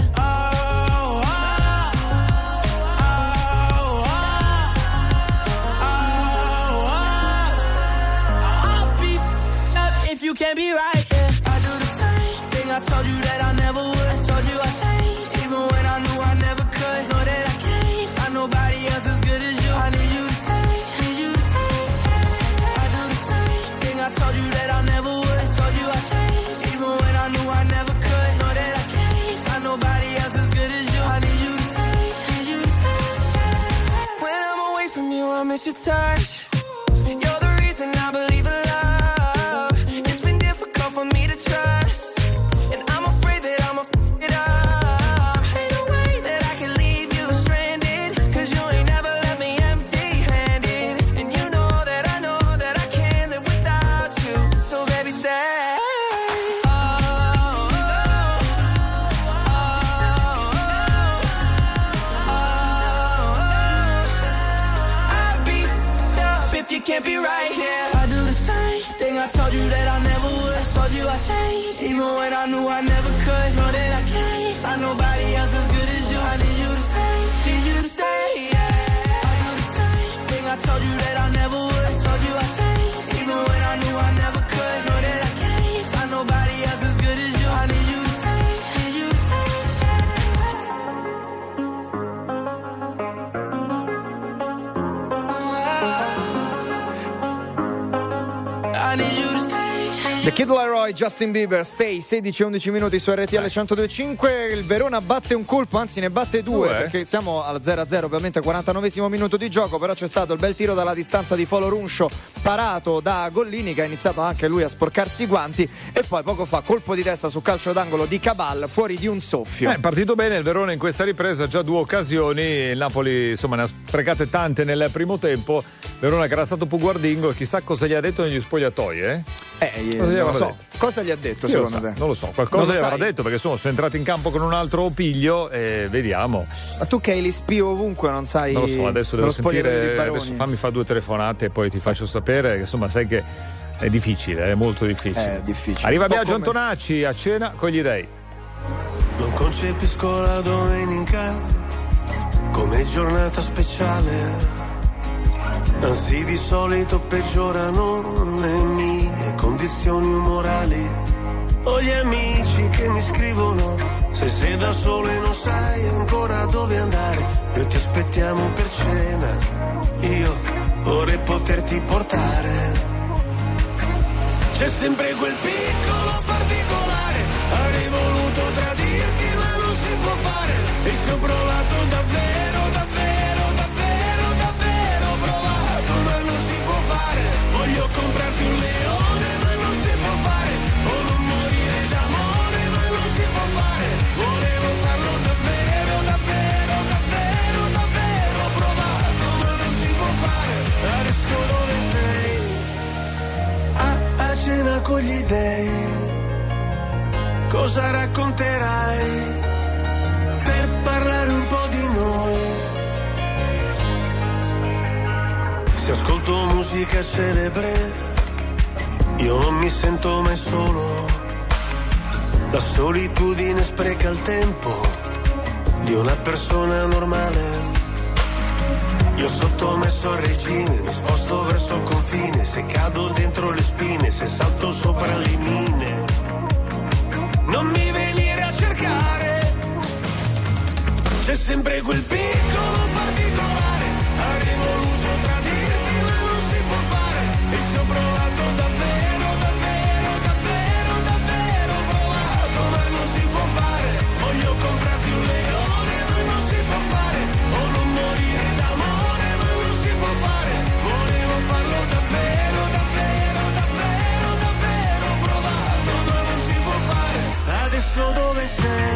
You can't be right, yeah. I do the same thing I told you that I never would. I told you I changed, even when I knew I never could. Know that I can't find nobody else as good as you. I need you to stay, need you to stay. I do the same thing I told you that I never would. I told you I changed, even when I knew I never could. Know that I can't find nobody else as good as you. I need you to stay, need you to stay. When I'm away from you, I miss your touch. You're the reason I believe in love. For me to trust, and I'm afraid that I'ma f*** it up. Ain't no way that I can leave you stranded, 'cause you ain't never left me empty-handed. And you know that I can't live without you. So baby, stay. I'd be f***ed up changed, even when I knew I never could. Know that I can't find nobody else as good as you. I need you to stay, need you to stay, yeah. I do the same thing I told you that I never would. I told you I changed, even when I knew I never could. Know that I can't find nobody else as good as you. I need you to stay, need you to stay. I need you to stay. The Kid Laroi, Justin Bieber, Stay, 16-11 minuti su RTL 102.5. Il Verona batte un colpo, anzi ne batte due, perché siamo al 0-0, ovviamente 49esimo minuto di gioco, però c'è stato il bel tiro dalla distanza di Folo Runcio parato da Gollini, che ha iniziato anche lui a sporcarsi i guanti, e poi poco fa colpo di testa su calcio d'angolo di Cabal fuori di un soffio. È partito bene il Verona in questa ripresa, già due occasioni, il Napoli insomma ne ha sprecate tante nel primo tempo. Verona che era stato più guardingo, e chissà cosa gli ha detto negli spogliatoi, Non lo so. Cosa gli ha detto secondo te? Non lo so, qualcosa gli avrà detto, perché sono entrati in campo con un altro piglio e vediamo. Ma tu che hai li spio ovunque non sai. Non lo so, adesso devo sentire, adesso fammi fare 2 telefonate e poi ti faccio sapere, che insomma sai che è difficile, è molto difficile. È difficile. Arriva Biagio Antonacci a cena con gli dei. Non concepisco la domenica come giornata speciale. Anzi, di solito peggiorano le mie condizioni umorali. Ho gli amici che mi scrivono: se sei da solo e non sai ancora dove andare, noi ti aspettiamo per cena. Io vorrei poterti portare. C'è sempre quel piccolo particolare, avrei voluto tradirti ma non si può fare. E ci ho provato davvero, davvero, davvero, davvero provato, ma non si può fare. Voglio comprarti un leone ma non si può fare, o non morire d'amore ma non si può fare. Volevo farlo davvero, davvero, davvero, davvero provato, ma non si può fare. Adesso dove sei? A cena con gli dei, cosa racconterai per parlare un po' di noi? Se ascolto musica celebre, io non mi sento mai solo. La solitudine spreca il tempo di una persona normale. Io sottomesso al regime, mi sposto verso il confine, se cado dentro le spine, se salto sopra le mine. Non mi venire a cercare, c'è sempre quel piccolo particolare, avrei voluto tradirti ma non si può fare. E ci ho provato davvero, davvero, davvero, davvero provato, ma non si può fare. Voglio comprarti un leone ma non si può fare, o non morire d'amore ma non si può fare. Volevo farlo davvero, davvero, davvero, davvero provato, ma non si può fare. Adesso dove sei?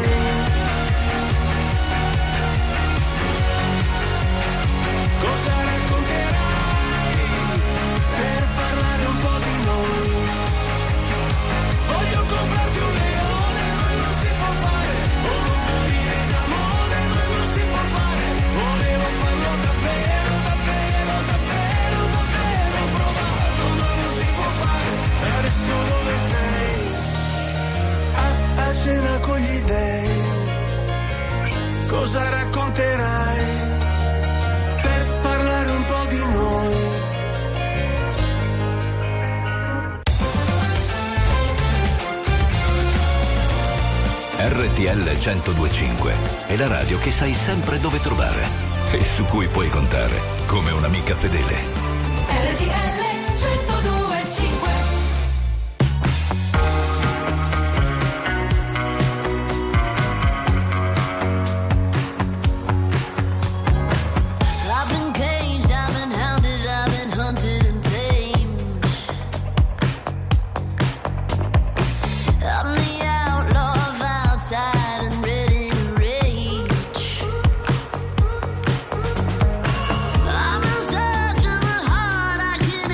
Cosa racconterai per parlare un po' di noi? Voglio comprarti un leone ma non si può fare, o non morire d'amore ma non si può fare. Volevo farlo davvero, davvero, davvero, davvero provato, ma non si può fare. Adesso dove sei? A cena con gli dei, cosa racconterai per parlare un po' di noi? RTL 102.5 è la radio che sai sempre dove trovare e su cui puoi contare come un'amica fedele. RTL 102.5. I've been caged, I've been hounded, I've been hunted and tamed. I'm the outlaw of outside and ready to rage. I've been searching but hard, I can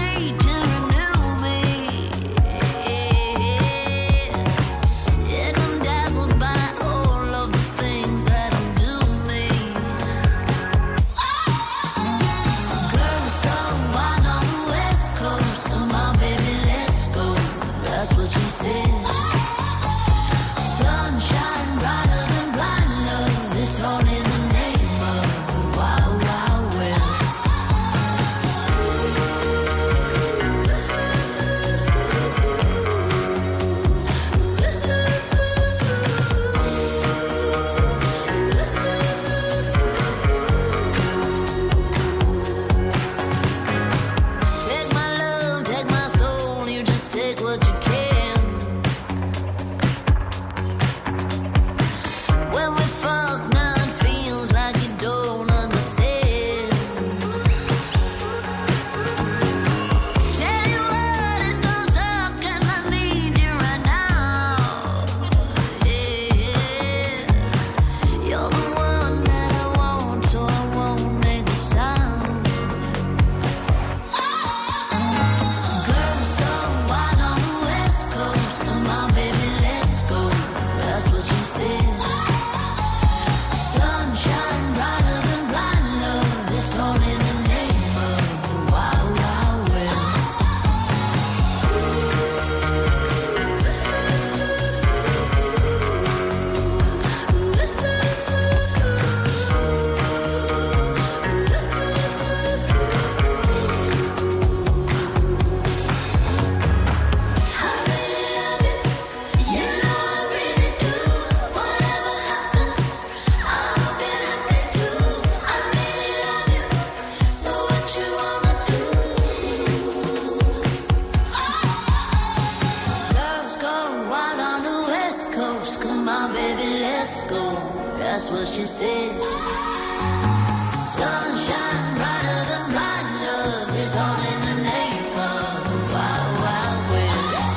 Come on, baby, let's go. That's what she said. Sunshine brighter than mine, love is all in the name of Wild Wild West.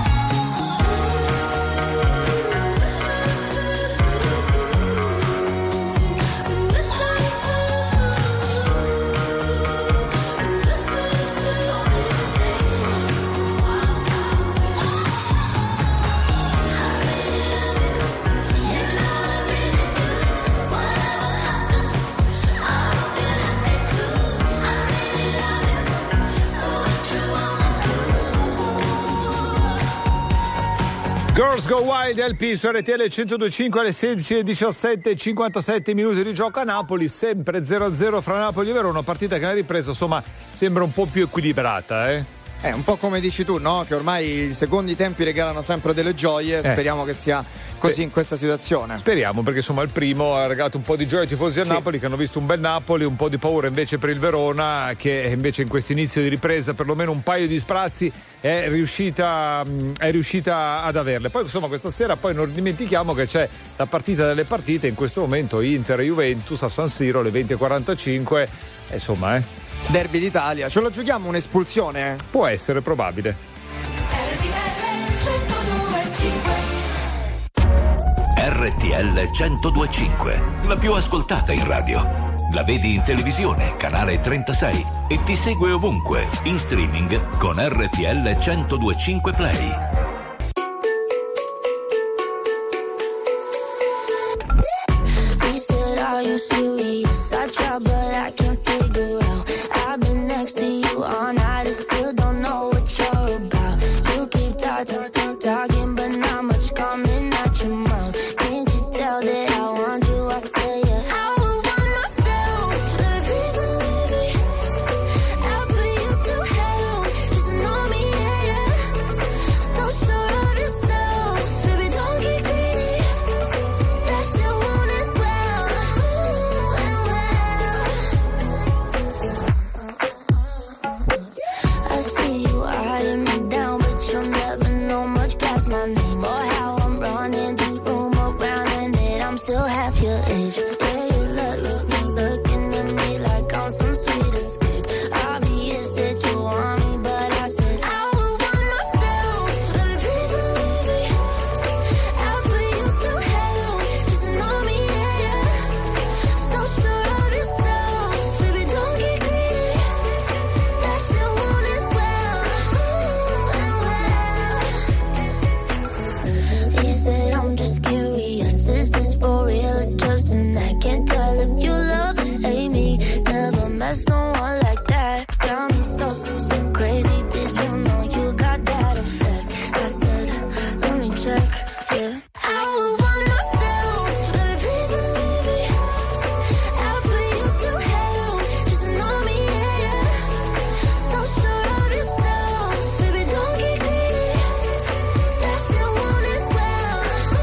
Girls Go Wild, LP su RTL 102.5 alle 16:17, 57 minuti di gioco a Napoli, sempre 0-0 fra Napoli e Verona, una partita che nella ripresa insomma sembra un po' più equilibrata, È un po' come dici tu, no? Che ormai i secondi tempi regalano sempre delle gioie, speriamo che sia così in questa situazione. Speriamo, perché insomma il primo ha regalato un po' di gioia ai tifosi a Napoli, che hanno visto un bel Napoli, un po' di paura invece per il Verona, che invece in questo inizio di ripresa perlomeno un paio di sprazzi è riuscita ad averle. Poi insomma questa sera poi non dimentichiamo che c'è la partita delle partite, in questo momento Inter e Juventus a San Siro alle 20:45, insomma Derby d'Italia, ce lo giochiamo un'espulsione? Può essere probabile. RTL 102.5, la più ascoltata in radio. La vedi in televisione, canale 36, e ti segue ovunque, in streaming con RTL 102.5 Play. He said, are you serious? I tried, but I can't figure out. I've been next to you all night and still don't know what you're about. You keep talking, but not much coming out your mouth. Can't you tell that I want you? I say yeah. I would want myself. Let me please believe it. I'll put you to hell. Just know me, yeah. So sure of yourself. Baby, don't get greedy. That shit won't end well. I see you eyeing me down, but you'll never know much past my name or how I'm running this room around, and that I'm still half your age. Yeah, you looking at me like I'm some sweet escape. Obvious that you want me, but I said I would want myself. Let me please believe it. I'll put you to hell. Just know me, yeah. So sure of yourself, baby, don't get greedy. That shit won't end well. He said, I'm just curious, is this for real or just an act? Can't tell if you love or hate me. Never met someone like that. Got me so crazy. Did you know you got that effect? I said, let me check, yeah. I would want myself. Let me please believe it. I'll put you to hell. Just know me, yeah. So sure of yourself, baby, don't get greedy. That shit won't end well.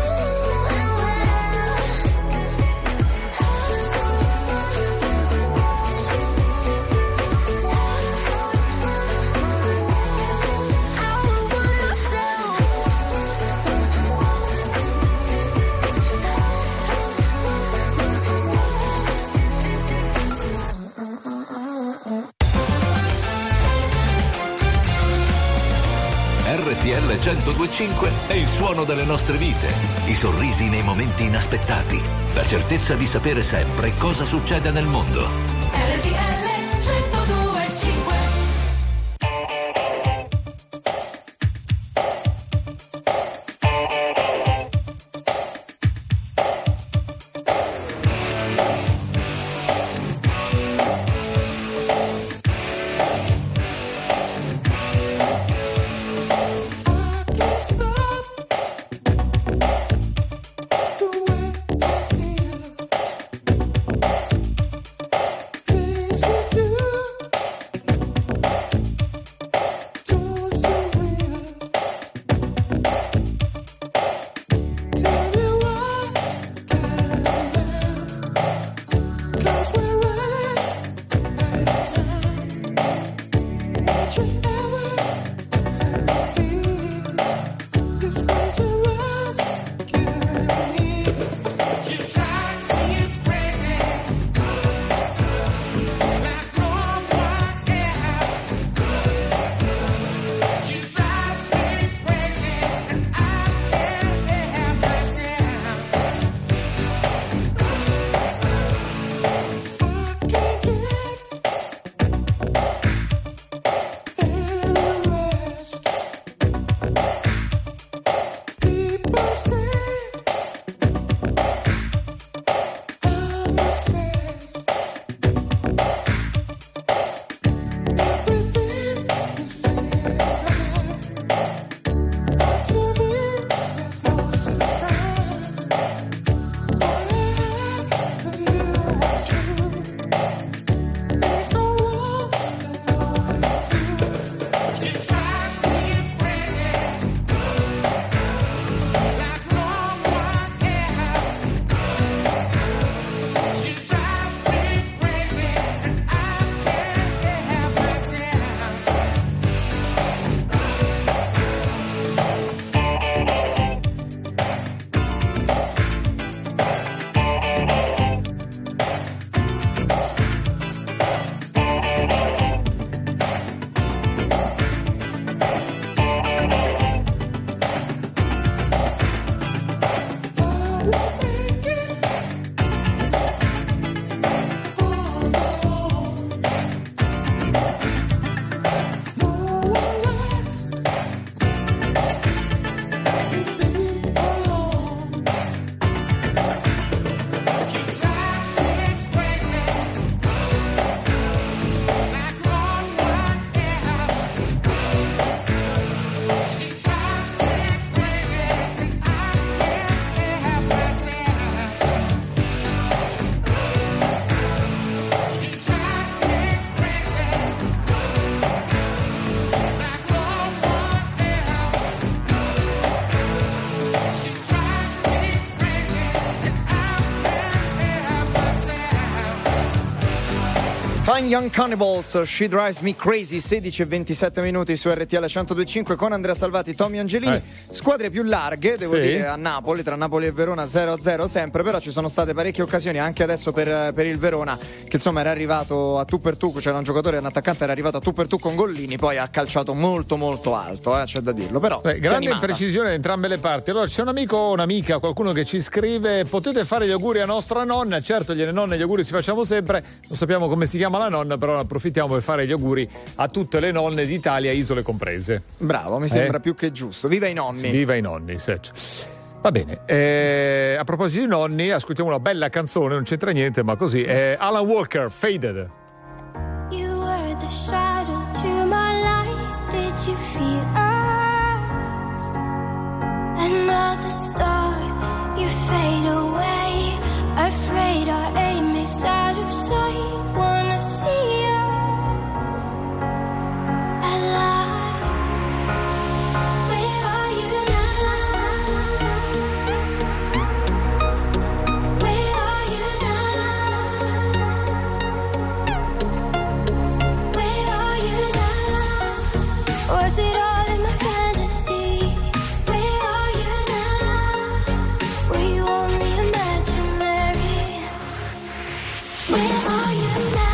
RTL 102.5 è il suono delle nostre vite, i sorrisi nei momenti inaspettati, la certezza di sapere sempre cosa succede nel mondo. RTL 102.5. Fine Young Cannibals, She Drives Me Crazy, 16 e 27 minuti su RTL 102.5 con Andrea Salvati, Tommy Angelini. Squadre più larghe, devo dire, a Napoli, tra Napoli e Verona 0-0 sempre, però ci sono state parecchie occasioni anche adesso per il Verona, che insomma era arrivato a tu per tu, c'era un giocatore, un attaccante era arrivato a tu per tu con Gollini, poi ha calciato molto molto alto, c'è da dirlo, però grande imprecisione da entrambe le parti. Allora c'è un amico o un'amica, qualcuno che ci scrive: potete fare gli auguri a nostra nonna? Certo, gliene nonne, gli auguri si facciamo sempre, non sappiamo come si chiama la nonna, però approfittiamo per fare gli auguri a tutte le nonne d'Italia, isole comprese. Bravo, mi sembra più che giusto. Viva i nonni. Sì, viva i nonni, va bene. A proposito di nonni, ascoltiamo una bella canzone, non c'entra niente, ma così. Alan Walker, Faded. You were the shadow to my light. Did you feel us? Another star, you fade away. Afraid our aim is out of sight. Wanna see us alive. Where are you now? Where are you now? Where are you now? Was it all in my fantasy? Where are you now? Were you only imaginary? Where are you now?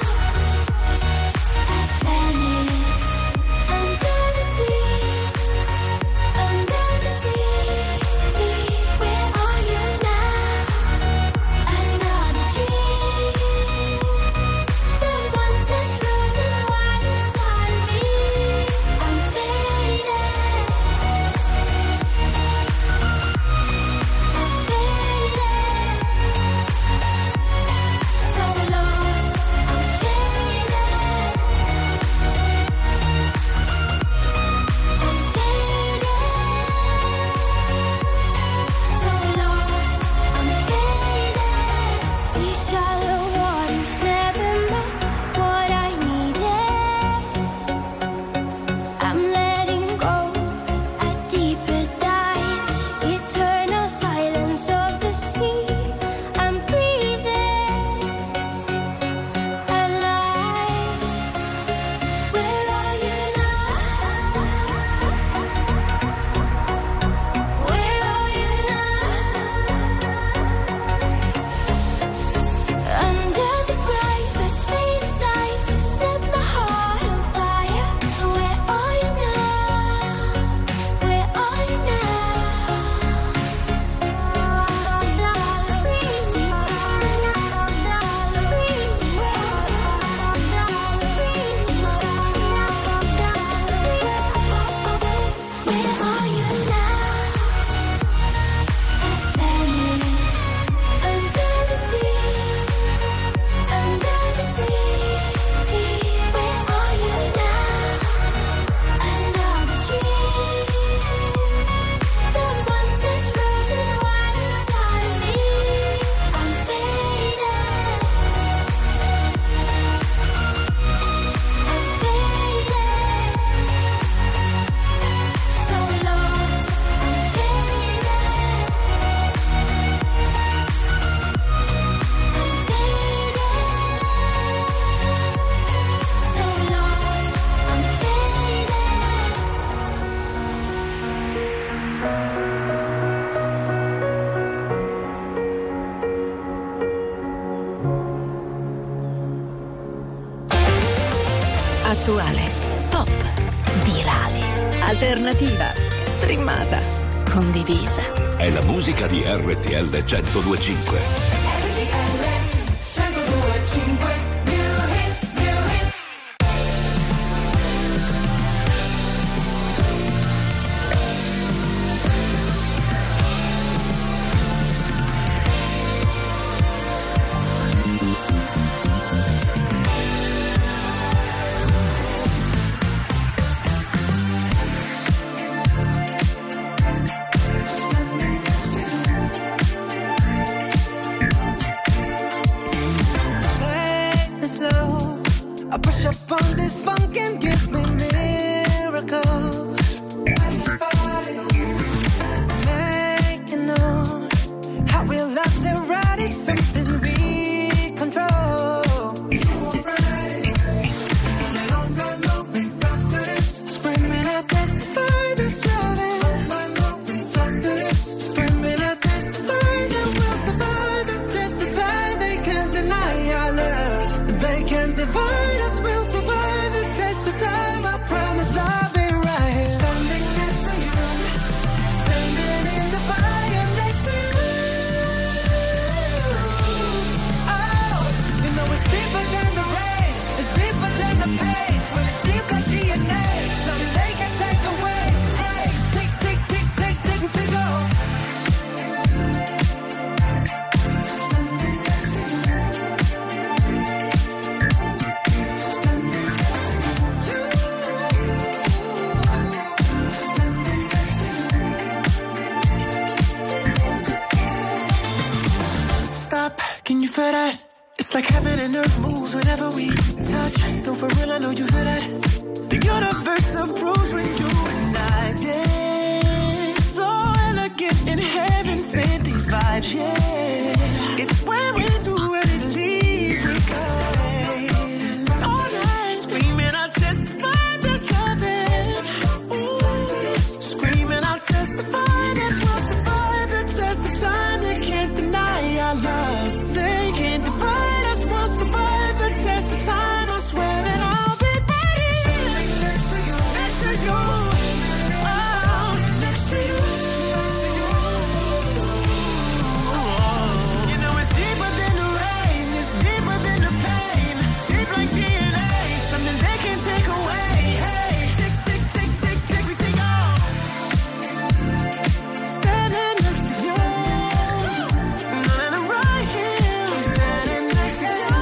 I vanished under the sea, under the sea. Where are you now? Another dream. The monsters running wild inside me. I'm faded. I'm faded. So lost. I'm faded. I'm faded. So lost. I'm faded. These shallow waters never met what I needed. I'm letting go a deeper dive. Eternal silence of the sea. I'm breathing alive. Where are you now? Where are you now? Under the bright but faded lights, you set my heart on fire. Where are you now? Where are you Where are you now? Under the sea, under the sea. Where are you now? Another dream. The monsters running wild inside me. I'm faded. I'm faded. So lost. I'm faded. So lost, I'm faded. Attuale, pop, virale, alternativa, streamata, condivisa. È la musica di RTL 102.5. Can you feel that? It's like heaven and earth moves whenever we touch. Though for real, I know you feel that. The universe approves when you and I dance. So elegant in heaven, sent these vibes, yeah. It's when we're too ready to leave, we go all night, screaming, I'll testify that's heaven. Ooh, screaming, I'll testify that we'll survive the test of time. They can't deny our love. They can't divide us. We'll survive the test of time. I swear that I'll be ready next to you, next to you. Oh, next to you. You know it's deeper than the rain. It's deeper than the pain. Deep like DNA. Something they can't take away. Hey, tick, tick, tick, tick, tick. We take off. Standing next to you. And I'm right here. Standing next to you.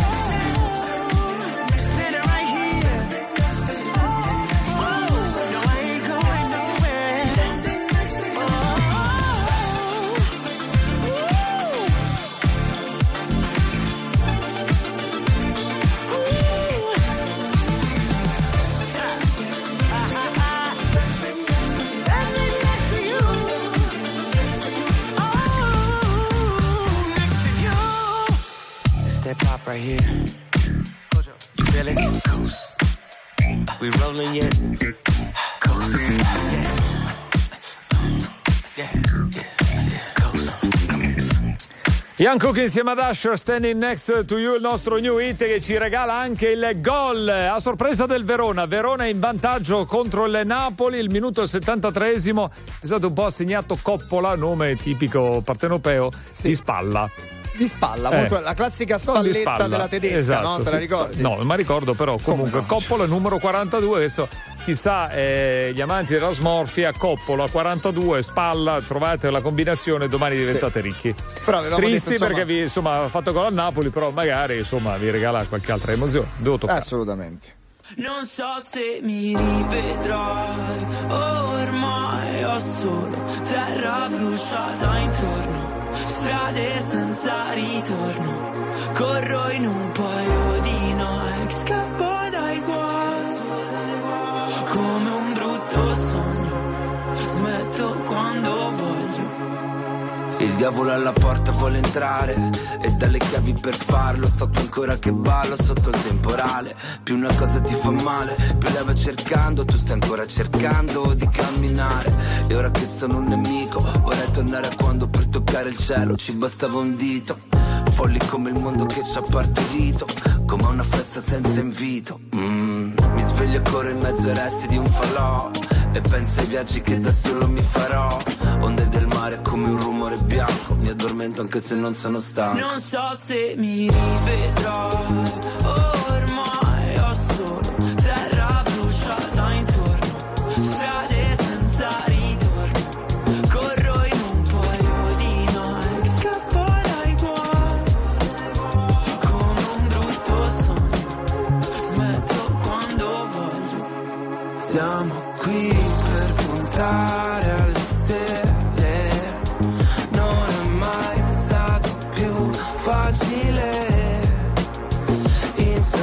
Standing right here. Whoa, no, I ain't going nowhere. Standing next to you. Next to you. It's that pop right here. You feel it? Coast. We rolling yet? Coast. Ian Cook insieme ad Usher, Standing Next to You, il nostro new hit che ci regala anche il gol a sorpresa del Verona. Verona in vantaggio contro il Napoli, il minuto al 73esimo è stato un po' assegnato Coppola, nome tipico partenopeo, di spalla. Di spalla, molto, la classica spalletta della tedesca, esatto, no? Te la ricordi? No, non mi ricordo, però comunque Coppola numero 42, adesso chissà gli amanti della smorfia, Coppola 42, spalla, trovate la combinazione, domani diventate ricchi. Però tristi detto, perché vi ha fatto gol al Napoli, però magari vi regala qualche altra emozione. Devo toccare. Assolutamente. Non so se mi rivedrai, ormai ho solo terra bruciata intorno, strade senza ritorno, corro in un paio di Nike, scappo dai guai, come un brutto sogno, smetto quando voglio. Il diavolo alla porta vuole entrare e dalle chiavi per farlo. Sto qui ancora che ballo sotto il temporale. Più una cosa ti fa male, più la vai cercando. Tu stai ancora cercando di camminare. E ora che sono un nemico vorrei tornare a quando per toccare il cielo ci bastava un dito. Folli come il mondo che ci ha partorito, come una festa senza invito. Mi sveglio e corro in mezzo ai resti di un falò e penso ai viaggi che da solo mi farò. Onde del mare come un rumore bianco, mi addormento anche se non sono stanco. Non so se mi rivedrai, ormai ho solo terra bruciata intorno, strade senza ritorno, corro in un paio di Nike, scappo dai guai, come un brutto sogno, smetto quando voglio. Siamo qui per puntare alle stelle, non è mai stato più facile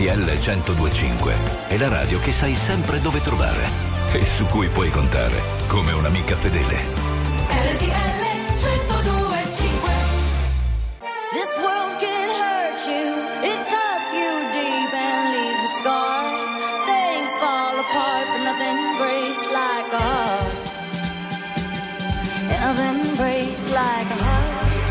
RTL 102.5 è la radio che sai sempre dove trovare e su cui puoi contare come un'amica fedele. RTL 102.5. This world can hurt you, it cuts you deep and leaves a scar. Things fall apart, but nothing breaks like a heart. And nothing breaks like a heart.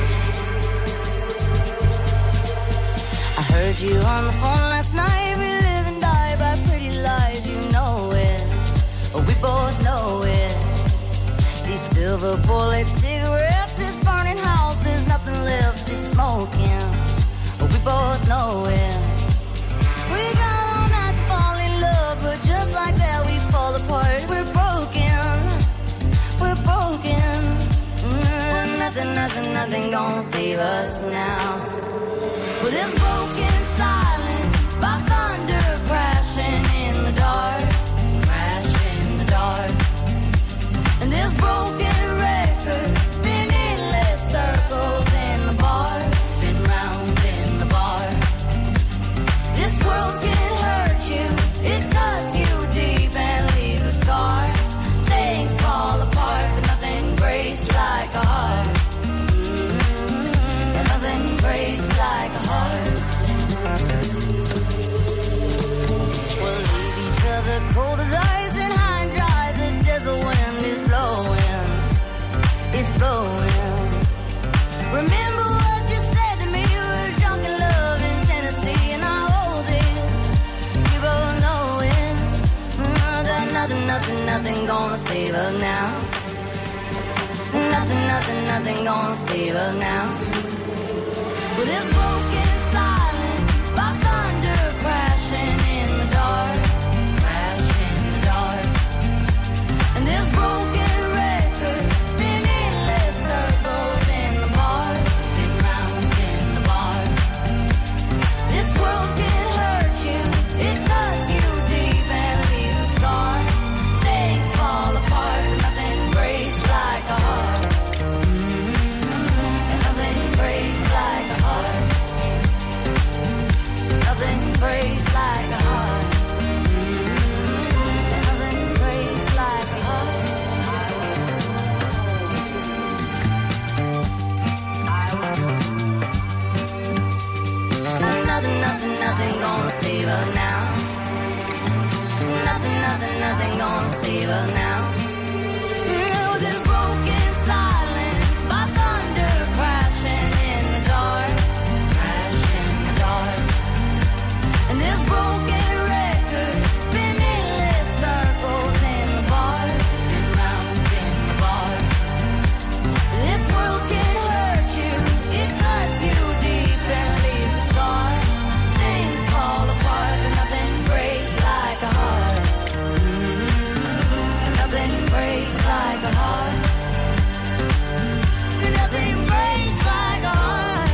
I heard you on the phone last night. We live and die by pretty lies, you know it. We both know it. These silver bullet cigarettes, this burning house, there's nothing left, it's smoking. We both know it. We got all night to fall in love, but just like that we fall apart. We're broken, we're broken. Nothing gonna save us now. With this broken silence, by thunder crashing in the dark. And this broken record spinning less circles in the bar, spin round in the bar. This world can hurt you, it cuts you deep and leaves a scar. Things fall apart, but nothing breaks like a heart. And nothing breaks like a heart. We'll leave each other cold as ice and high and dry. The desert wind is blowing, it's blowing. Remember what you said to me, you were drunk in love in Tennessee, and I hold it, you both know it. Nothing gonna save us now. Nothing gonna save us now. With this broken silence, by thunder crashing in the dark. And this broken record spinning less circles in the bar, spin round in the bar. This world can hurt you, it cuts you deep and leaves a scar. Things fall apart, but nothing breaks like a heart. And nothing breaks like a heart. Nothing breaks like a heart. Nothing gonna save us now. Nothing gonna save us now. With this broken silence, by thunder crashing in the dark, and this broken record spinning less circles in the bar, spin round in the bar. This world can hurt you, it cuts you deep and leaves a scar. Fall apart, but nothing breaks like a heart. Nothing breaks like a heart. Nothing breaks like a heart.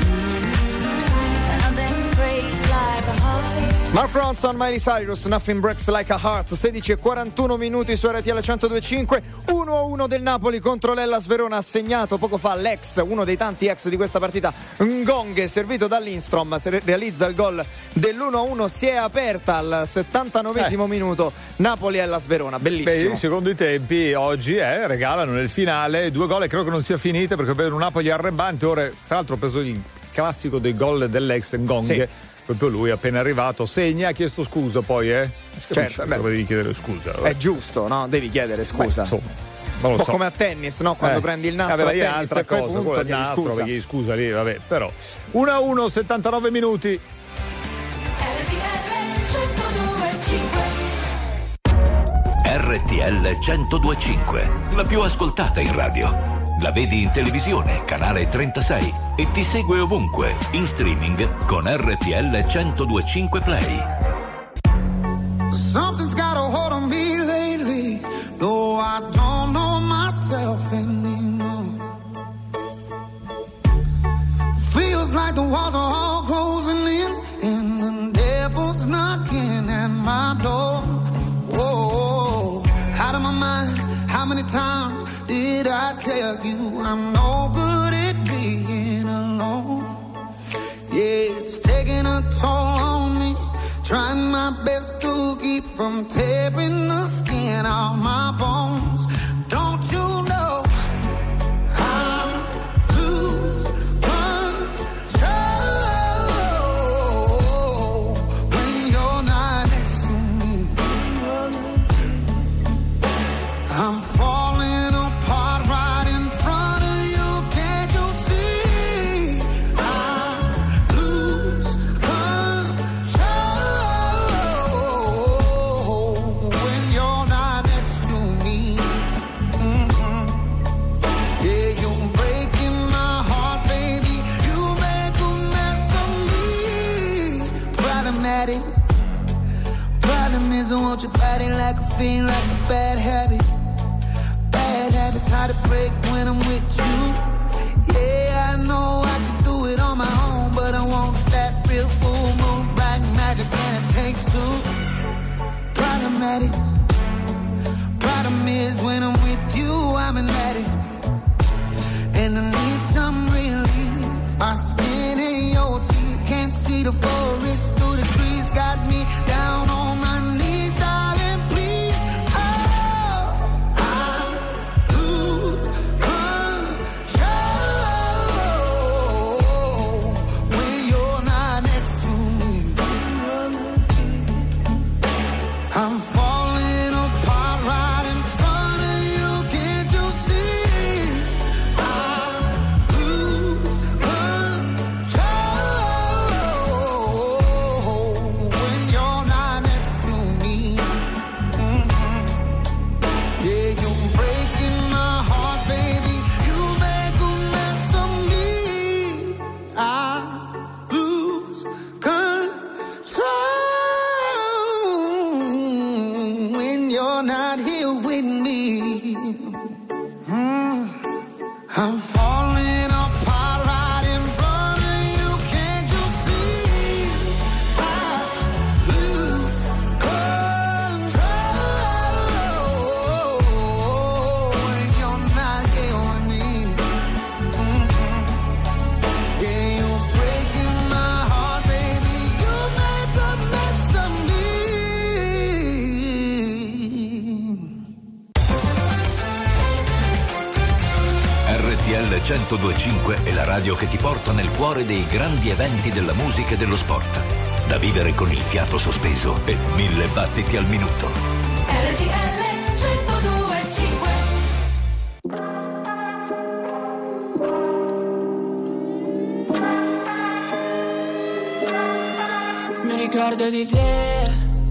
Nothing breaks like a heart. Mark Ronson, Miley Cyrus, Nothing Breaks Like a Heart. 16:41 minuti su RTL 102.5. 1-1 del Napoli contro l'Hellas Verona. Ha segnato poco fa l'ex, uno dei tanti ex di questa partita, Ngong, servito da Lindstrom. Realizza il gol dell'1-1. Si è aperta al 79esimo minuto Napoli-Hellas Verona. Bellissimo. I secondi tempi oggi regalano nel finale 2 gol e credo che non sia finita, perché vedo un Napoli arrembante. Ora, tra l'altro, ho preso il classico dei gol dell'ex Ngong. Sì. Proprio lui appena arrivato segna, ha chiesto scusa poi, certo, devi chiedere scusa. È giusto, no? Devi chiedere scusa. Insomma, non lo so. Come a tennis, no? Quando prendi il nastro a tennis altra e fai cosa, punto, il nastro, scusa. chiedi scusa lì, vabbè, però 1-1, 79 minuti. RTL 102.5, la più ascoltata in radio. La vedi in televisione, canale 36, e ti segue ovunque, in streaming con RTL 102.5 Play. Something's got a hold on me lately. No, I don't know myself anymore. Feels like the walls are all closing in, and the devil's knocking at my door. Whoa, out of my mind, how many times did I tell you I'm no good at being alone? Yeah, it's taking a toll on me. Trying my best to keep from tearing the skin off my bones. Don't you know I lose control when you're not next to me? I'm falling apart right in front of you. Can't you see? I lose control when you're not next to me. Yeah, you're breaking my heart, baby. You make a mess of me. Problematic. Problem is I want your body like a fiend, like a bad habit. Bad habits hard to break when I'm with you. Yeah, I know I can do it on my own, but I want that real full moon, black magic, and it takes two. Problematic. Problem is when I'm with you, I'm an addict, and I need some relief. My skin and your teeth, can't see the forest through the trees, got me down on my knees, darling, please. Oh, I lose control when you're not next to me. I'm falling apart right in front of you. Can't you see? I lose control when you're not next to me. Yeah, you're breaking my heart, baby. You make a mess of me. I lose control when you're not here with me. I'm falling apart right in front of you. Can't you see? I lose control when you're not here with me. Yeah, you're breaking my heart, baby. You make a mess of me. RTL 102.5 è la radio che ti porta nel cuore dei grandi eventi della musica e dello sport. Da vivere con il fiato sospeso e 1000 battiti al minuto. RTL 102.5. Mi ricordo di te.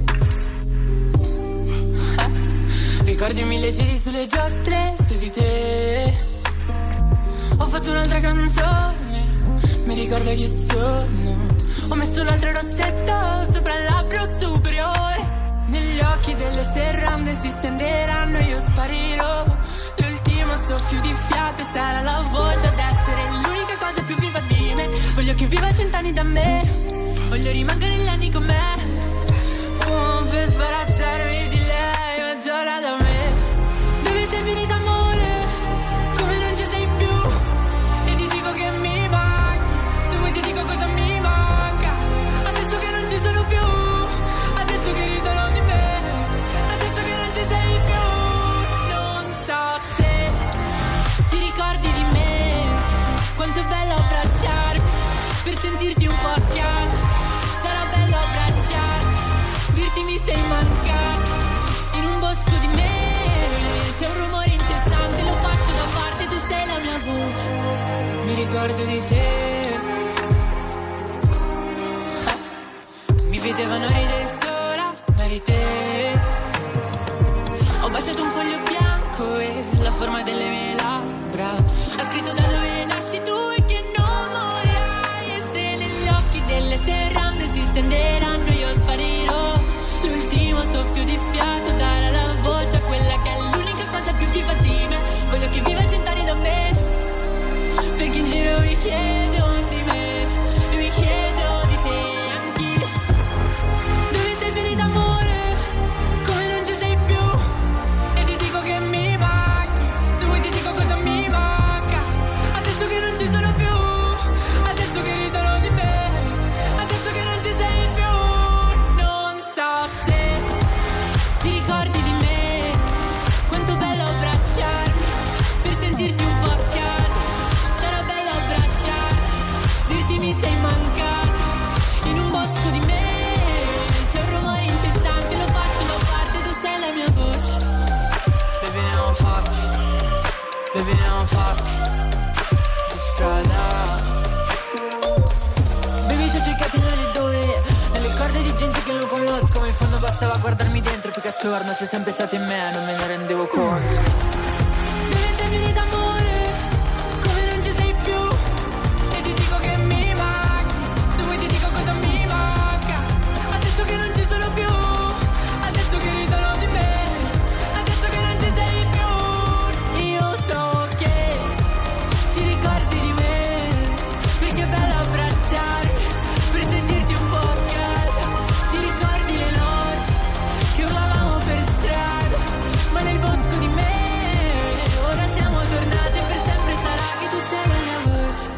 Ricordi 1000 giri sulle giostre su di te. Ho fatto un'altra canzone, mi ricordo chi sono. Ho messo un altro rossetto sopra il labbro superiore. Negli occhi delle serrande si stenderanno e io sparirò. L'ultimo soffio di fiato e sarà la voce ad essere l'unica cosa più viva di me. Voglio che viva 100 anni da me, voglio rimanere negli anni con me. Fumo per sbarazzarmi di lei, ma giorna da me. Dove sei finita amore? Come non ci sei più? E ti dico che mi manchi, se vuoi ti dico cosa mi manca. Adesso che non ci sono più, adesso che ridono di me, adesso che non ci sei più. Non so se ti ricordi di me, quanto è bello abbracciarti, per sentirti un po' a casa. Sarà bello abbracciarti, dirti mi sei mancato. In un bosco di me c'è un rumore incessante, lo faccio da parte, tu sei la mia voce. Mi ricordo di te. Mi vedevano ridere sola, ma eri te. Ho baciato un foglio bianco e la forma delle mie labbra ha scritto da dove nasci tu e che non morirai. E se negli occhi delle serrande si stenderanno io sparirò. L'ultimo soffio di fiato darà la voce a quella che è l'unica cosa più viva di me. Voglio che viva 100 anni da me, perché in giro mi chiedo di me e mi chiedo di te anch'io. Dove sei finita amore? Come non ci sei più? E ti dico che mi manchi, se vuoi ti dico Baby, ne ho fatti di strada. Baby, ti ho cercati nelle dove, nelle corde di gente che non conosco, ma in fondo bastava guardarmi dentro, più che attorno sei sempre stato in me, non me ne rendevo conto. Deve sei finita amore, come non ci sei più, e ti dico che mi manchi, se vuoi ti dico cosa mi manca, adesso che non ci sono più, adesso che ridono di me, adesso che non ci sei più. Io so che ti ricordi di me, perché è bello abbracciarmi, per sentirti un po' a casa. Ti ricordi le notti che urlavamo per strada, ma nel bosco di me. Ora siamo tornati e per sempre sarà che tu sei la mia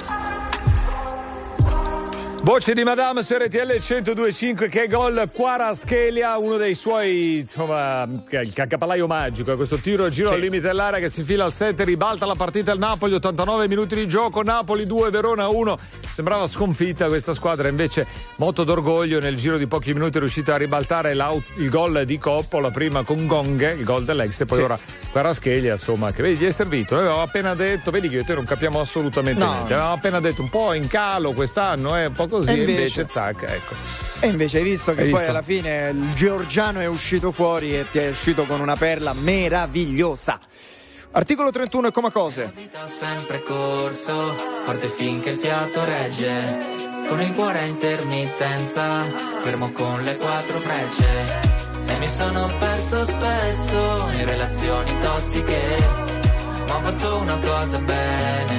voce. Voce di Madame su RTL 102.5. Che gol Kvaratskhelia, uno dei suoi, insomma, il cappalaio magico, questo tiro a giro al limite dell'area che si infila al 7, ribalta la partita il Napoli. 89 minuti di gioco, Napoli 2, Verona 1. Sembrava sconfitta questa squadra, invece moto d'orgoglio, nel giro di pochi minuti è riuscita a ribaltare il gol di Coppola, prima con Gonghe, il gol dell'ex, e poi ora Kvaratskhelia, insomma, che vedi, gli è servito. Noi avevamo appena detto, vedi che io e te non capiamo assolutamente niente, avevamo appena detto un po' in calo quest'anno, un po' così, e invece zac, ecco. E invece hai visto che Hai poi visto? alla fine il georgiano è uscito fuori e ti è uscito con una perla meravigliosa. Articolo 31 e come cose. Ho sempre corso, forte finché il fiato regge, con il cuore a intermittenza, fermo con le 4 frecce, e mi sono perso spesso in relazioni tossiche, ma ho fatto una cosa bene,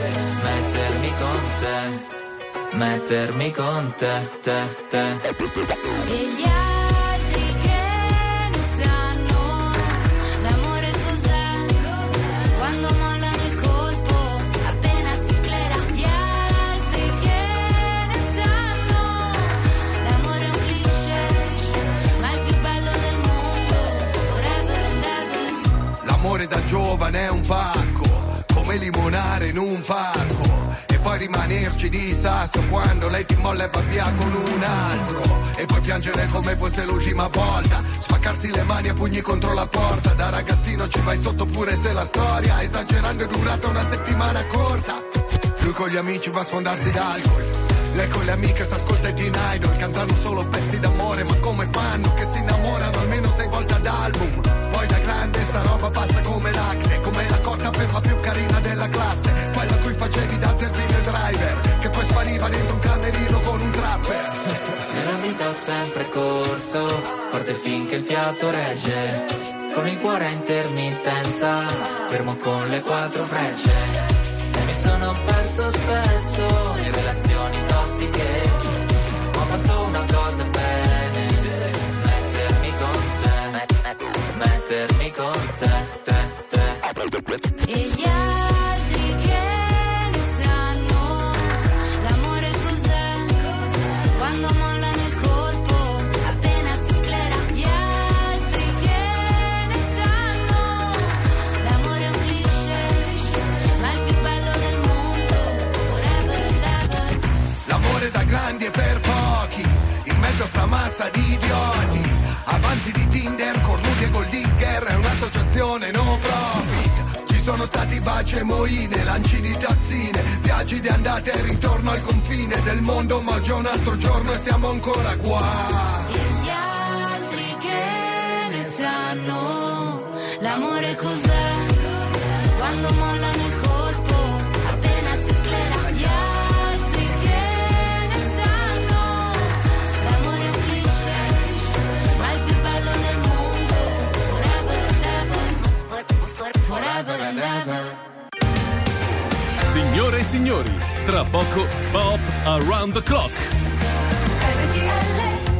mettermi con te. E gli altri che ne sanno, l'amore cos'è, quando mollano il colpo, appena si sclera. Gli altri che ne sanno, l'amore è un cliché, ma è il più bello del mondo, forever and ever. L'amore da giovane è un pacco, come limonare in un parco, e poi rimanerci di sasso quando lei ti molla e va via con un altro, e poi piangere come fosse l'ultima volta, spaccarsi le mani a pugni contro la porta. Da ragazzino ci vai sotto pure se la storia, esagerando, è durata una settimana corta. Lui con gli amici va a sfondarsi d'alcol, lei con le amiche s'ascolta i Teen Idol, cantano solo pezzi d'amore, ma come fanno che si innamorano almeno 6 volte ad album. Poi da grande sta roba passa come l'acne, come la cotta per la più carina della classe, quella a cui facevi da zerbino e driver, che poi spariva dentro un camerino con un trapper. Nella vita ho sempre corso, forte finché il fiato regge, con il cuore a intermittenza, fermo con le 4 frecce, e mi sono perso spesso in relazioni tossiche, ma ho fatto una cosa bene, mettermi con te. E gli altri che ne sanno, l'amore cos'è, quando mollano il colpo, appena si sclera. Gli altri che ne sanno, l'amore è un cliché, ma è il più bello del mondo, forever and ever. L'amore da grandi e per pochi, in mezzo a sta massa di idioti, avanti di Tinder, cornuti e gold digger, è un'associazione no profit. Ci sono stati baci e moine, lanci di tazzine, viaggi di andata e ritorno al confine del mondo, ma oggi è un altro giorno e siamo ancora qua. E gli altri che ne sanno, l'amore cos'è, quando mollano il colpo, appena si sclera. Gli altri che ne sanno, l'amore è un cliché, ma è il più bello del mondo, forever and ever, forever and ever. Signore e signori, tra poco Pop Around the Clock. RTL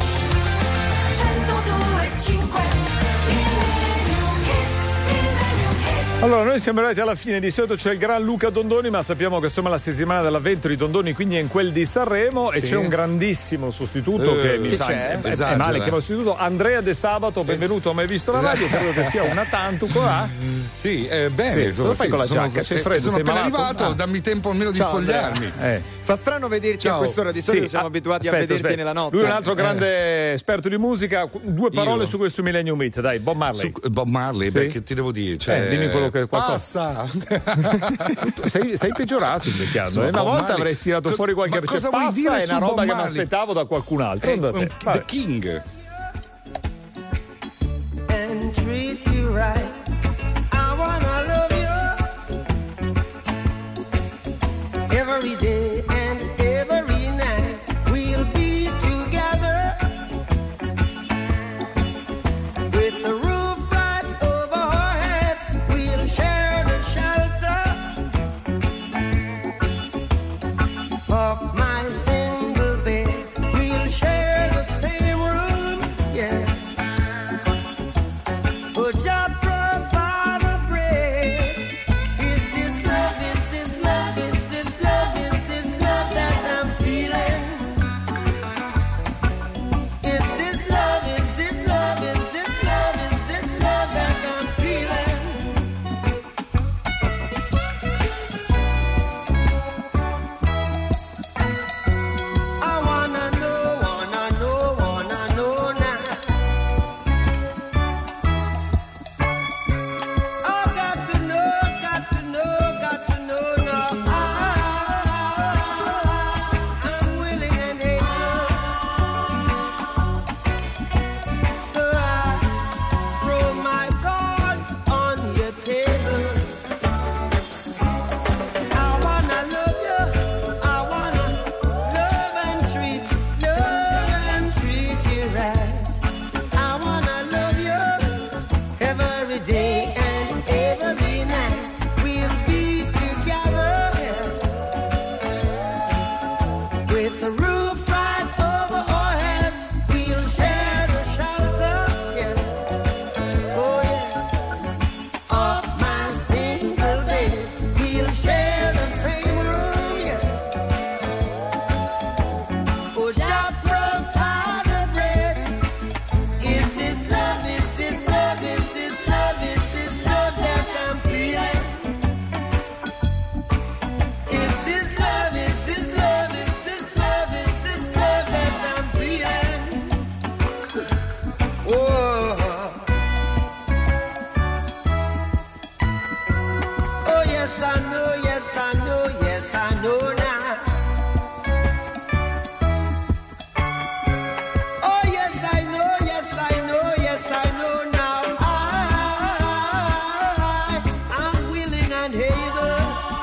102.5. Allora, noi siamo arrivati alla fine, di solito c'è il gran Luca Dondoni, ma sappiamo che insomma la settimana dell'avvento di Dondoni quindi è in quel di Sanremo, e c'è un grandissimo sostituto che mi sa è male che sostituto, Andrea De Sabato, benvenuto, mai visto la radio, credo che sia una tanto qua. Sì, bene. Cosa fai con la giacca? C'è freddo, sono sei appena malato? arrivato, dammi tempo almeno di spogliarmi. Fa strano vederci a quest'ora, di solito siamo abituati a vederti nella notte. Lui è un altro grande esperto di musica, 2 parole su questo Millennium Hit, dai, Bob Marley. Bob Marley, che ti devo dire? Cioè, dimmi quello che qualcosa. Passa! sei peggiorato invecchiando. Una Bob volta Marley. avresti tirato fuori qualche. Ma cosa cioè, vuoi dire è su una roba Bob che mi Marley? aspettavo da qualcun altro. Non da te. The King. And treat you right. I wanna love you every day and every night. We'll be together with the roof right over our heads. We'll share the shelter of my single bed. We'll share the same room, yeah. But just provide the bread. Is this love? Is this love? Is this love? Is this love that I'm feeling? Is this love? Is this love? Is this love? Is this love that I'm feeling? I wanna know now. I've got to know now. I'm willing and able, so I throw my cards on your table. I wanna love you. I wanna love and treat you right. I wanna love you every day and every night. We'll be together with the roof right over our heads. We'll share the shelter, yeah. Oh yeah, of my single bed. We'll share the same room, yeah. Oh, just provide the bread. Is this love? Is this love? Is this love? Is this love that I'm feeling? Is this love? Is this love? Is this love? Is this love that I'm feeling? Oh, oh yes I know, yes I know, yes I know now. Oh yes I know, yes I know, yes I know now. I'm willing and able,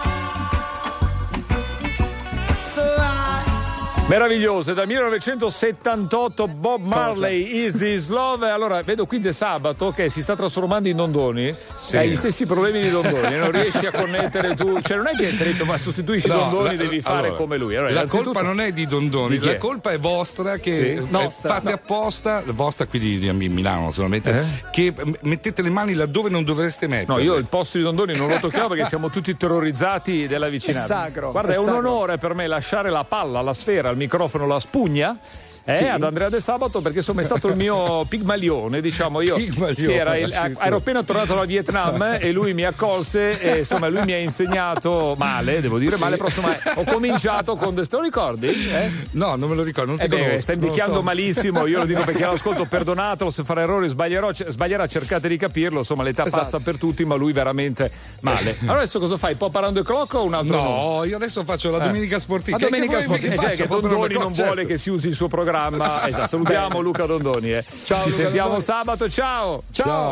so I Meraviglioso, dal 1978 Bob Marley, Is This Love? Allora, vedo qui De Sabato che si sta trasformando in Dondoni. Sì. Hai gli stessi problemi di Dondoni, non riesci a connettere tu. Cioè, non è che ti ha detto, ma sostituisci Dondoni, devi fare allora, come lui. Allora, la innanzitutto- colpa non è di Dondoni, Di chi è? la colpa è vostra che Sì. fate apposta, vostra qui di Milano naturalmente, che mettete le mani laddove non dovreste mettere. No, io il posto di Dondoni non lo tocchiamo perché siamo tutti terrorizzati della vicinanza. È sacro, Guarda, è è un sacro. onore per me lasciare la palla, la sfera, il microfono, la spugna. Sì. Ad Andrea De Sabato, perché insomma è stato il mio pigmalione, diciamo io. Sì, ero appena tornato da Vietnam e lui mi accolse e insomma lui mi ha insegnato male, devo dire male, però insomma ho cominciato con te lo ricordi? No, non me lo ricordo, non ti conosco. Stai invecchiando non lo so. malissimo, io lo dico perché all'ascolto, perdonatelo se farà errori, sbaglierà, cercate di capirlo, insomma l'età passa per tutti, ma lui veramente male. Allora adesso cosa fai? Pop Around the Clock o un altro? No, io adesso faccio la domenica sportiva. La domenica Che vuoi che sportiva, faccia? che Dondoni non vuole che si usi il suo programma. Esatto, salutiamo Luca Dondoni. Ciao, Ci Luca sentiamo Dondoni. sabato, ciao. Ciao.